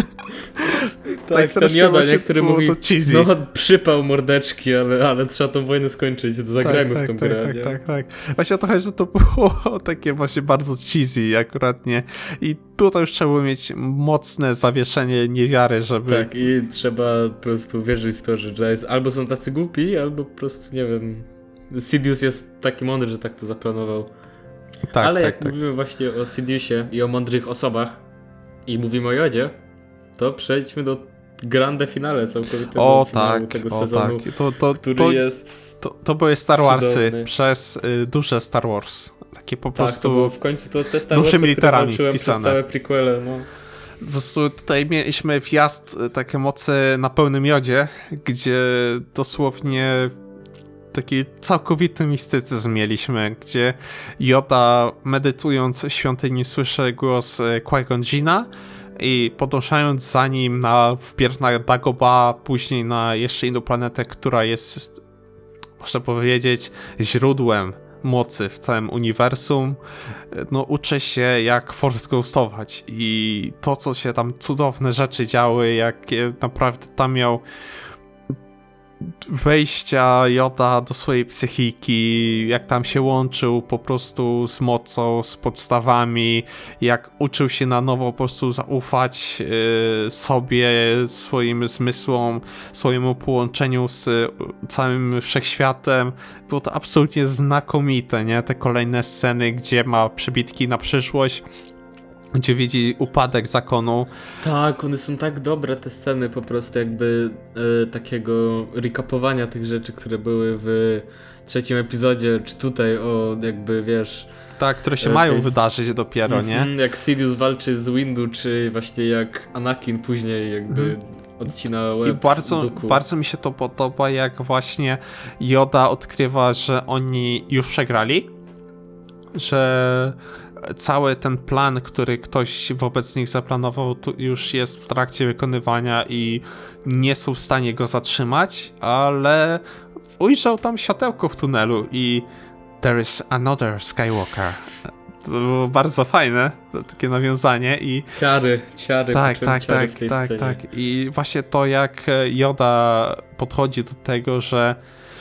tak, ten troszkę Yoda, właśnie nie? Który było mówi, to cheesy. no przypał mordeczki, ale, ale trzeba tą wojnę skończyć, zagrajmy tak, w tą tak, grę, tak, nie? tak, tak. Właśnie o to chodzi, że to było takie właśnie bardzo cheesy akurat, nie? I tutaj już trzeba było mieć mocne zawieszenie niewiary, żeby... Tak, i trzeba po prostu wierzyć w to, że Jedi albo są tacy głupi, albo po prostu, nie wiem, Sidious jest taki mądry, że tak to zaplanował. tak, ale tak, jak tak. mówimy właśnie o Sidiousie i o mądrych osobach i mówimy o Jodzie, to przejdźmy do grande finale całkowitego O finału tak, tego o sezonu, tak. To, to, który to, jest... to, to były Star Warsy cudowny. przez y, duże Star Wars. Takie po Tak, prostu... to było w końcu to te Star duszymi Warsy, które literami walczyłem pisane. przez całe prequele, no. Po prostu tutaj mieliśmy wjazd y, takie mocy na pełnym jodzie, gdzie dosłownie taki całkowity mistycyzm mieliśmy, gdzie Yoda medytując w świątyni słyszy głos y, Qui-Gon Jinna i podążając za nim na, wpierw na Dagobah, później na jeszcze inną planetę, która jest, można powiedzieć, źródłem mocy w całym uniwersum, no uczę się jak Force ghostować i to, co się tam cudowne rzeczy działy, jakie naprawdę tam miał wejścia Yoda do swojej psychiki, jak tam się łączył po prostu z mocą, z podstawami, jak uczył się na nowo po prostu zaufać yy, sobie, swoim zmysłom, swojemu połączeniu z y, całym wszechświatem. Było to absolutnie znakomite, nie? Te kolejne sceny, gdzie ma przebitki na przyszłość, gdzie widzi upadek zakonu. Tak, one są tak dobre, te sceny po prostu jakby e, takiego recapowania tych rzeczy, które były w trzecim epizodzie, czy tutaj o jakby, wiesz... Tak, które się e, mają jest... wydarzyć dopiero, mm-hmm, nie? Jak Sidious walczy z Windu, czy właśnie jak Anakin później jakby mm. odcina łeb I bardzo, Dooku. bardzo mi się to podoba, jak właśnie Yoda odkrywa, że oni już przegrali, że cały ten plan, który ktoś wobec nich zaplanował, tu już jest w trakcie wykonywania i nie są w stanie go zatrzymać, ale ujrzał tam światełko w tunelu i there is another Skywalker. To było bardzo fajne, to takie nawiązanie i... Ciary, ciary, tak, tak, ciary tak, w tej tak, scenie. tak. I właśnie to, jak Yoda podchodzi do tego, że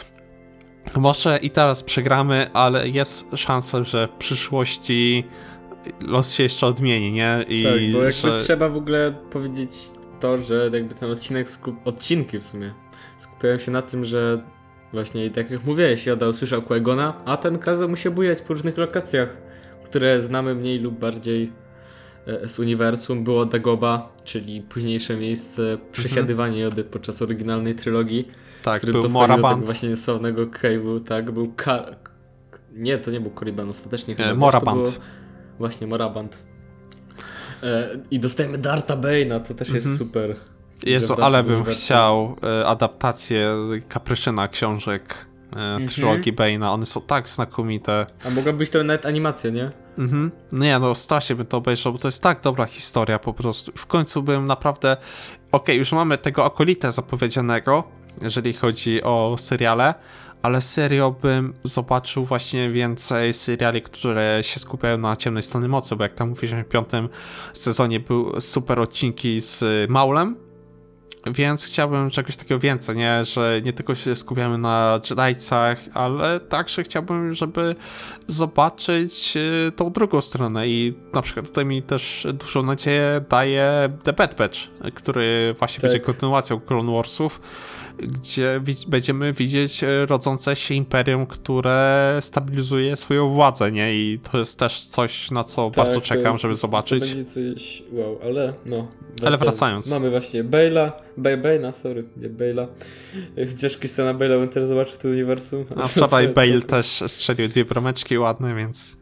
może i teraz przegramy, ale jest szansa, że w przyszłości los się jeszcze odmieni, nie? I tak, bo jakby że... trzeba w ogóle powiedzieć to, że jakby ten odcinek, skup... odcinki w sumie skupiają się na tym, że właśnie tak jak mówiłeś, Yoda usłyszał Qui-Gona, a ten kazał mu się bujać po różnych lokacjach, które znamy mniej lub bardziej z uniwersum. Było Dagoba, czyli późniejsze miejsce przesiadywania Jody podczas oryginalnej trylogii. Tak, który był do Moraband. tego właśnie niesławnego cave'u, tak, był Ka... Nie, to nie był Korriban ostatecznie. E, Moraband. To było... Właśnie, Moraband. E, I dostajemy Dartha Bane'a, to też jest mhm. super. Jezu, ale bym chciał e, adaptację Capryszyna książek e, mhm. trylogii Bane'a, one są tak znakomite. A mogła być to nawet animacja, nie? Mhm. No nie, no strasznie bym to obejrzał, bo to jest tak dobra historia po prostu. W końcu bym naprawdę... Okej, okay, już mamy tego akolitę zapowiedzianego, jeżeli chodzi o seriale, ale serio bym zobaczył właśnie więcej seriali, które się skupiają na ciemnej stronie mocy, bo jak tam mówiliśmy w piątym sezonie były super odcinki z Maulem, więc chciałbym czegoś takiego więcej, nie? Że nie tylko się skupiamy na Jedajcach, ale także chciałbym, żeby zobaczyć y, tą drugą stronę i na przykład tutaj mi też dużą nadzieję daje The Bad Batch, który właśnie tak. będzie kontynuacją Clone Warsów, gdzie wi- będziemy widzieć rodzące się imperium, które stabilizuje swoją władzę, nie? I to jest też coś, na co tak, bardzo czekam, jest, żeby zobaczyć. To będzie coś, wow, ale no. Wracając. Ale wracając. Mamy właśnie Baila, Baila, sorry, nie Baila. Chociaż Christiana Baila Winter zobaczył w tym uniwersum. A wczoraj Bale też strzelił dwie brameczki ładne, więc...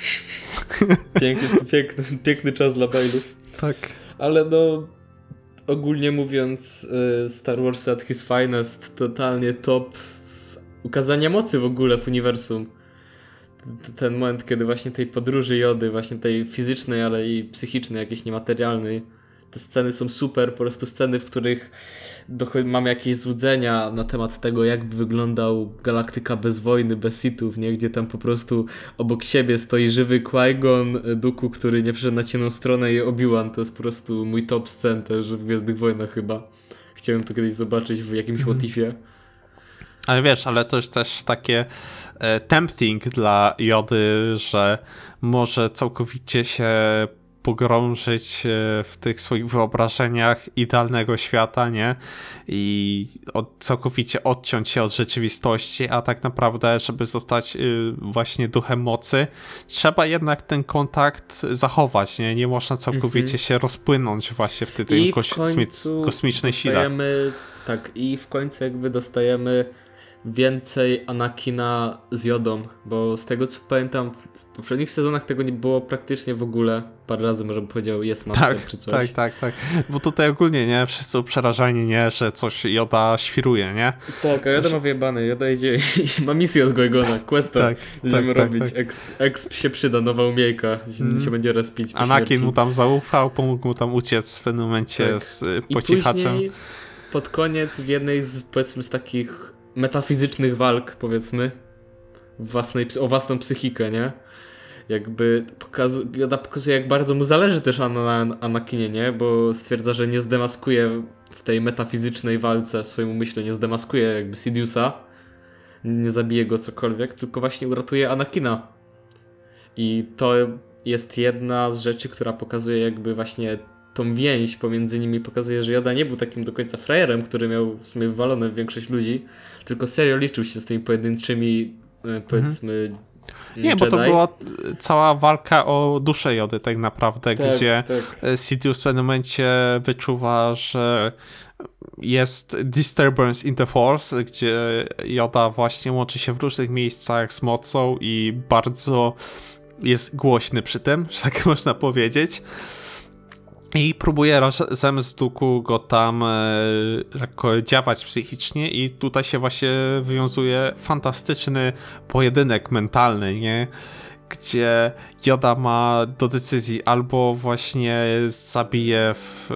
Piękny, piękny, piękny czas dla Bailów. Tak. Ale no... Ogólnie mówiąc, Star Wars at his finest, totalnie top ukazania mocy w ogóle w uniwersum. Ten moment, kiedy właśnie tej podróży Jody, właśnie tej fizycznej, ale i psychicznej, jakiejś niematerialnej, te sceny są super, po prostu sceny, w których dochod- mamy jakieś złudzenia na temat tego, jakby wyglądał galaktyka bez wojny, bez Sithów, nie? Gdzie tam po prostu obok siebie stoi żywy Qui-Gon, Dooku, który nie przeszedł na ciemną stronę i Obi-Wan. To jest po prostu mój top scen też w Gwiezdnych Wojnach chyba. Chciałem to kiedyś zobaczyć w jakimś Mhm. what ifie. Ale wiesz, ale to jest też takie e, tempting dla Jody, że może całkowicie się pogrążyć w tych swoich wyobrażeniach idealnego świata, nie? I od, całkowicie odciąć się od rzeczywistości, a tak naprawdę, żeby zostać y, właśnie duchem mocy, trzeba jednak ten kontakt zachować, nie? Nie można całkowicie mm-hmm. się rozpłynąć właśnie w tej kosmi- kosmicznej sile. Tak, i w końcu jakby dostajemy więcej Anakina z Jodą, bo z tego co pamiętam w poprzednich sezonach tego nie było praktycznie w ogóle. Parę razy może bym powiedział jest master tak, czy coś. Tak, tak, tak. Bo tutaj ogólnie, nie? Wszyscy są przerażeni, nie? Że coś Joda świruje, nie? Tak, a Joda ma wyjebany. Joda idzie i ma misję od Qui-Gona, questa. tak, Będziemy tak, robić. Tak, tak. Exp, exp się przyda, nowa umiejka. Mm. się będzie respić po Anakin śmierci. mu tam zaufał, pomógł mu tam uciec w pewnym momencie tak. z y, pocichaczem. I później pod koniec w jednej z, powiedzmy, z takich metafizycznych walk, powiedzmy, własnej, o własną psychikę, nie? Jakby pokazu- Joda pokazuje, jak bardzo mu zależy też na Anakinie, nie? Bo stwierdza, że nie zdemaskuje w tej metafizycznej walce w swoim umyśle nie zdemaskuje jakby Sidiousa, nie zabije go cokolwiek, tylko właśnie uratuje Anakina. I to jest jedna z rzeczy, która pokazuje jakby właśnie tą więź pomiędzy nimi, pokazuje, że Yoda nie był takim do końca frajerem, który miał w sumie wywalone w większość ludzi, tylko serio liczył się z tymi pojedynczymi, powiedzmy, mhm. Nie, Jedi. Bo to była cała walka o duszę Jody tak naprawdę, tak, gdzie tak. Sidious w pewnym momencie wyczuwa, że jest disturbance in the force, gdzie Yoda właśnie łączy się w różnych miejscach z mocą i bardzo jest głośny przy tym, że tak można powiedzieć. I próbuje razem z Dooku go tam e, lekko działać psychicznie i tutaj się właśnie wywiązuje fantastyczny pojedynek mentalny, nie? Gdzie Yoda ma do decyzji albo właśnie zabije w,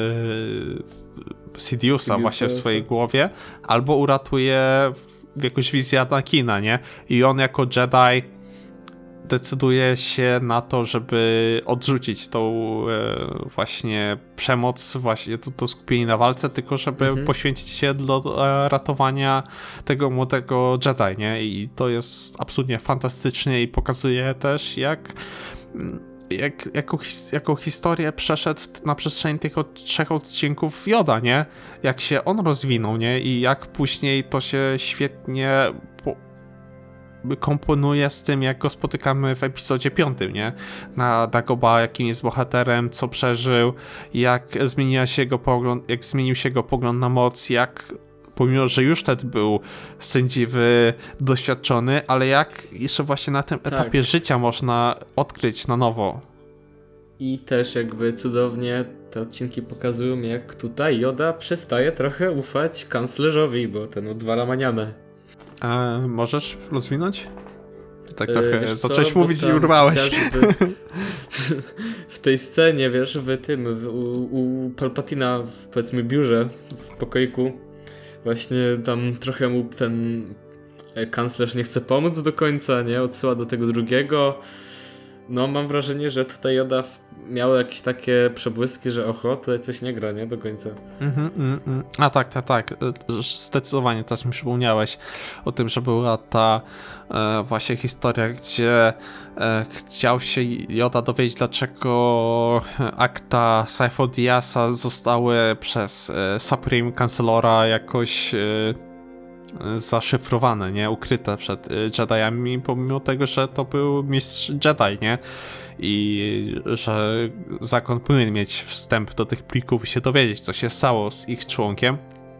e, Sidiousa właśnie w swojej głowie, albo uratuje w jakąś wizję Anakina, nie? I on jako Jedi decyduje się na to, żeby odrzucić tą e, właśnie przemoc, właśnie to, to skupienie na walce, tylko żeby mhm. poświęcić się do e, ratowania tego młodego Jedi, nie? I to jest absolutnie fantastycznie i pokazuje też, jak jak, jaką, his, jaką historię przeszedł na przestrzeni tych od, trzech odcinków Yoda, nie? Jak się on rozwinął, nie? I jak później to się świetnie po, komponuje z tym, jak go spotykamy w epizodzie piątym, nie? Na Dagoba, jakim jest bohaterem, co przeżył, jak zmieniła się jego pogląd, jak zmienił się jego pogląd na moc, jak pomimo, że już wtedy był sędziwy, doświadczony, ale jak jeszcze właśnie na tym tak. etapie życia można odkryć na nowo. I też jakby cudownie te odcinki pokazują, jak tutaj Yoda przestaje trochę ufać kanclerzowi, bo ten odwala manianę. A możesz rozwinąć? Tak trochę wiesz zacząłeś co, mówić i urwałeś. W tej scenie, wiesz, w tym, w, u, u Palpatina w, powiedzmy, biurze, w pokoiku, właśnie tam trochę mu ten kanclerz nie chce pomóc do końca, nie? Odsyła do tego drugiego. No, mam wrażenie, że tutaj Yoda miał jakieś takie przebłyski, że oho, tutaj coś nie gra, nie? Do końca. Mm-hmm, mm-hmm. A tak, tak, tak. Zdecydowanie teraz mi przypomniałeś o tym, że była ta e, właśnie historia, gdzie e, chciał się Yoda dowiedzieć, dlaczego akta Sifo Dyasa zostały przez e, Supreme Chancellora jakoś e, zaszyfrowane, nie? Ukryte przed Jediami, pomimo tego, że to był mistrz Jedi, nie? I że zakon powinien mieć wstęp do tych plików i się dowiedzieć, co się stało z ich członkiem.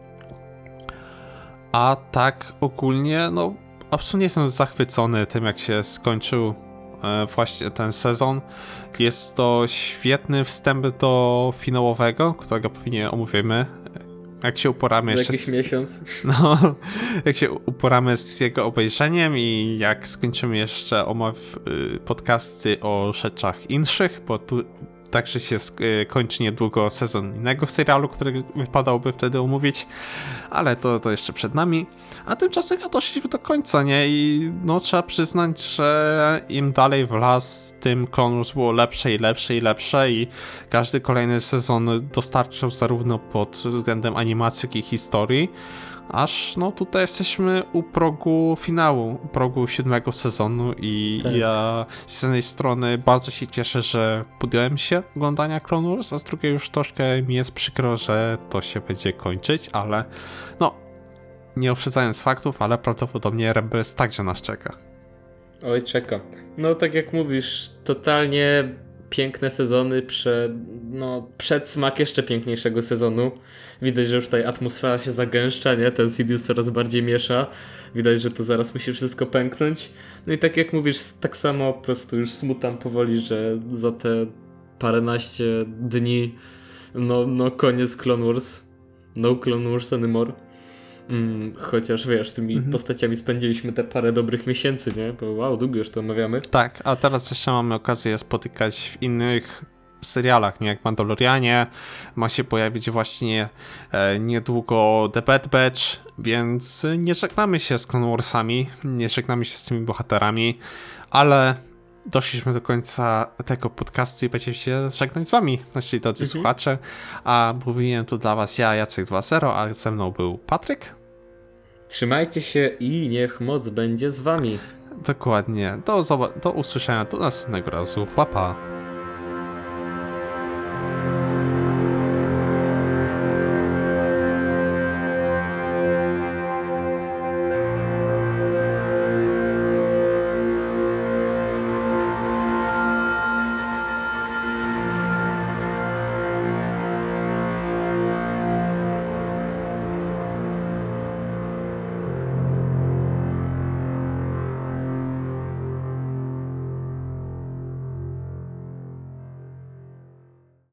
A tak ogólnie, no absolutnie jestem zachwycony tym, jak się skończył e, właśnie ten sezon. Jest to świetny wstęp do finałowego, którego pewnie omówimy. Jak się uporamy za jeszcze jakiś z... miesiąc. No, jak się uporamy z jego obejrzeniem i jak skończymy jeszcze omaw podcasty o rzeczach inszych, bo tu także się kończy niedługo sezon innego serialu, który wypadałoby wtedy omówić, ale to, to jeszcze przed nami. A tymczasem ja doszliśmy do końca, nie? I no trzeba przyznać, że im dalej w las, tym Clone Wars było lepsze i lepsze i lepsze i każdy kolejny sezon dostarczał zarówno pod względem animacji, jak i historii. Aż no tutaj jesteśmy u progu finału, u progu siódmego sezonu i tak. Ja z jednej strony bardzo się cieszę, że podjąłem się oglądania Clone Wars, a z drugiej już troszkę mi jest przykro, że to się będzie kończyć, ale no nie uprzedzając faktów, ale prawdopodobnie Rebels także nas czeka. Oj, czeka. No tak jak mówisz, totalnie piękne sezony, przed, no, przedsmak jeszcze piękniejszego sezonu. Widać, że już tutaj atmosfera się zagęszcza, nie? Ten Sidious coraz bardziej miesza. Widać, że to zaraz musi wszystko pęknąć. No i tak jak mówisz, tak samo po prostu już smutam powoli, że za te paręnaście dni no, no koniec Clone Wars. No Clone Wars anymore. Mm, chociaż wiesz, tymi mhm. postaciami spędziliśmy te parę dobrych miesięcy, nie? Bo wow, długo już to omawiamy. Tak, a teraz jeszcze mamy okazję spotykać w innych serialach, nie? Jak Mandalorianie. Ma się pojawić właśnie e, niedługo The Bad Batch, więc nie żegnamy się z Clone Warsami, nie żegnamy się z tymi bohaterami, ale doszliśmy do końca tego podcastu i będziemy się żegnać z wami, nasi drodzy Mhm. słuchacze. A mówiłem tu dla was ja, Jacek dwa zero, a ze mną był Patryk. Trzymajcie się i niech moc będzie z wami. Dokładnie. Do, zoba- do usłyszenia do następnego razu. Pa, pa.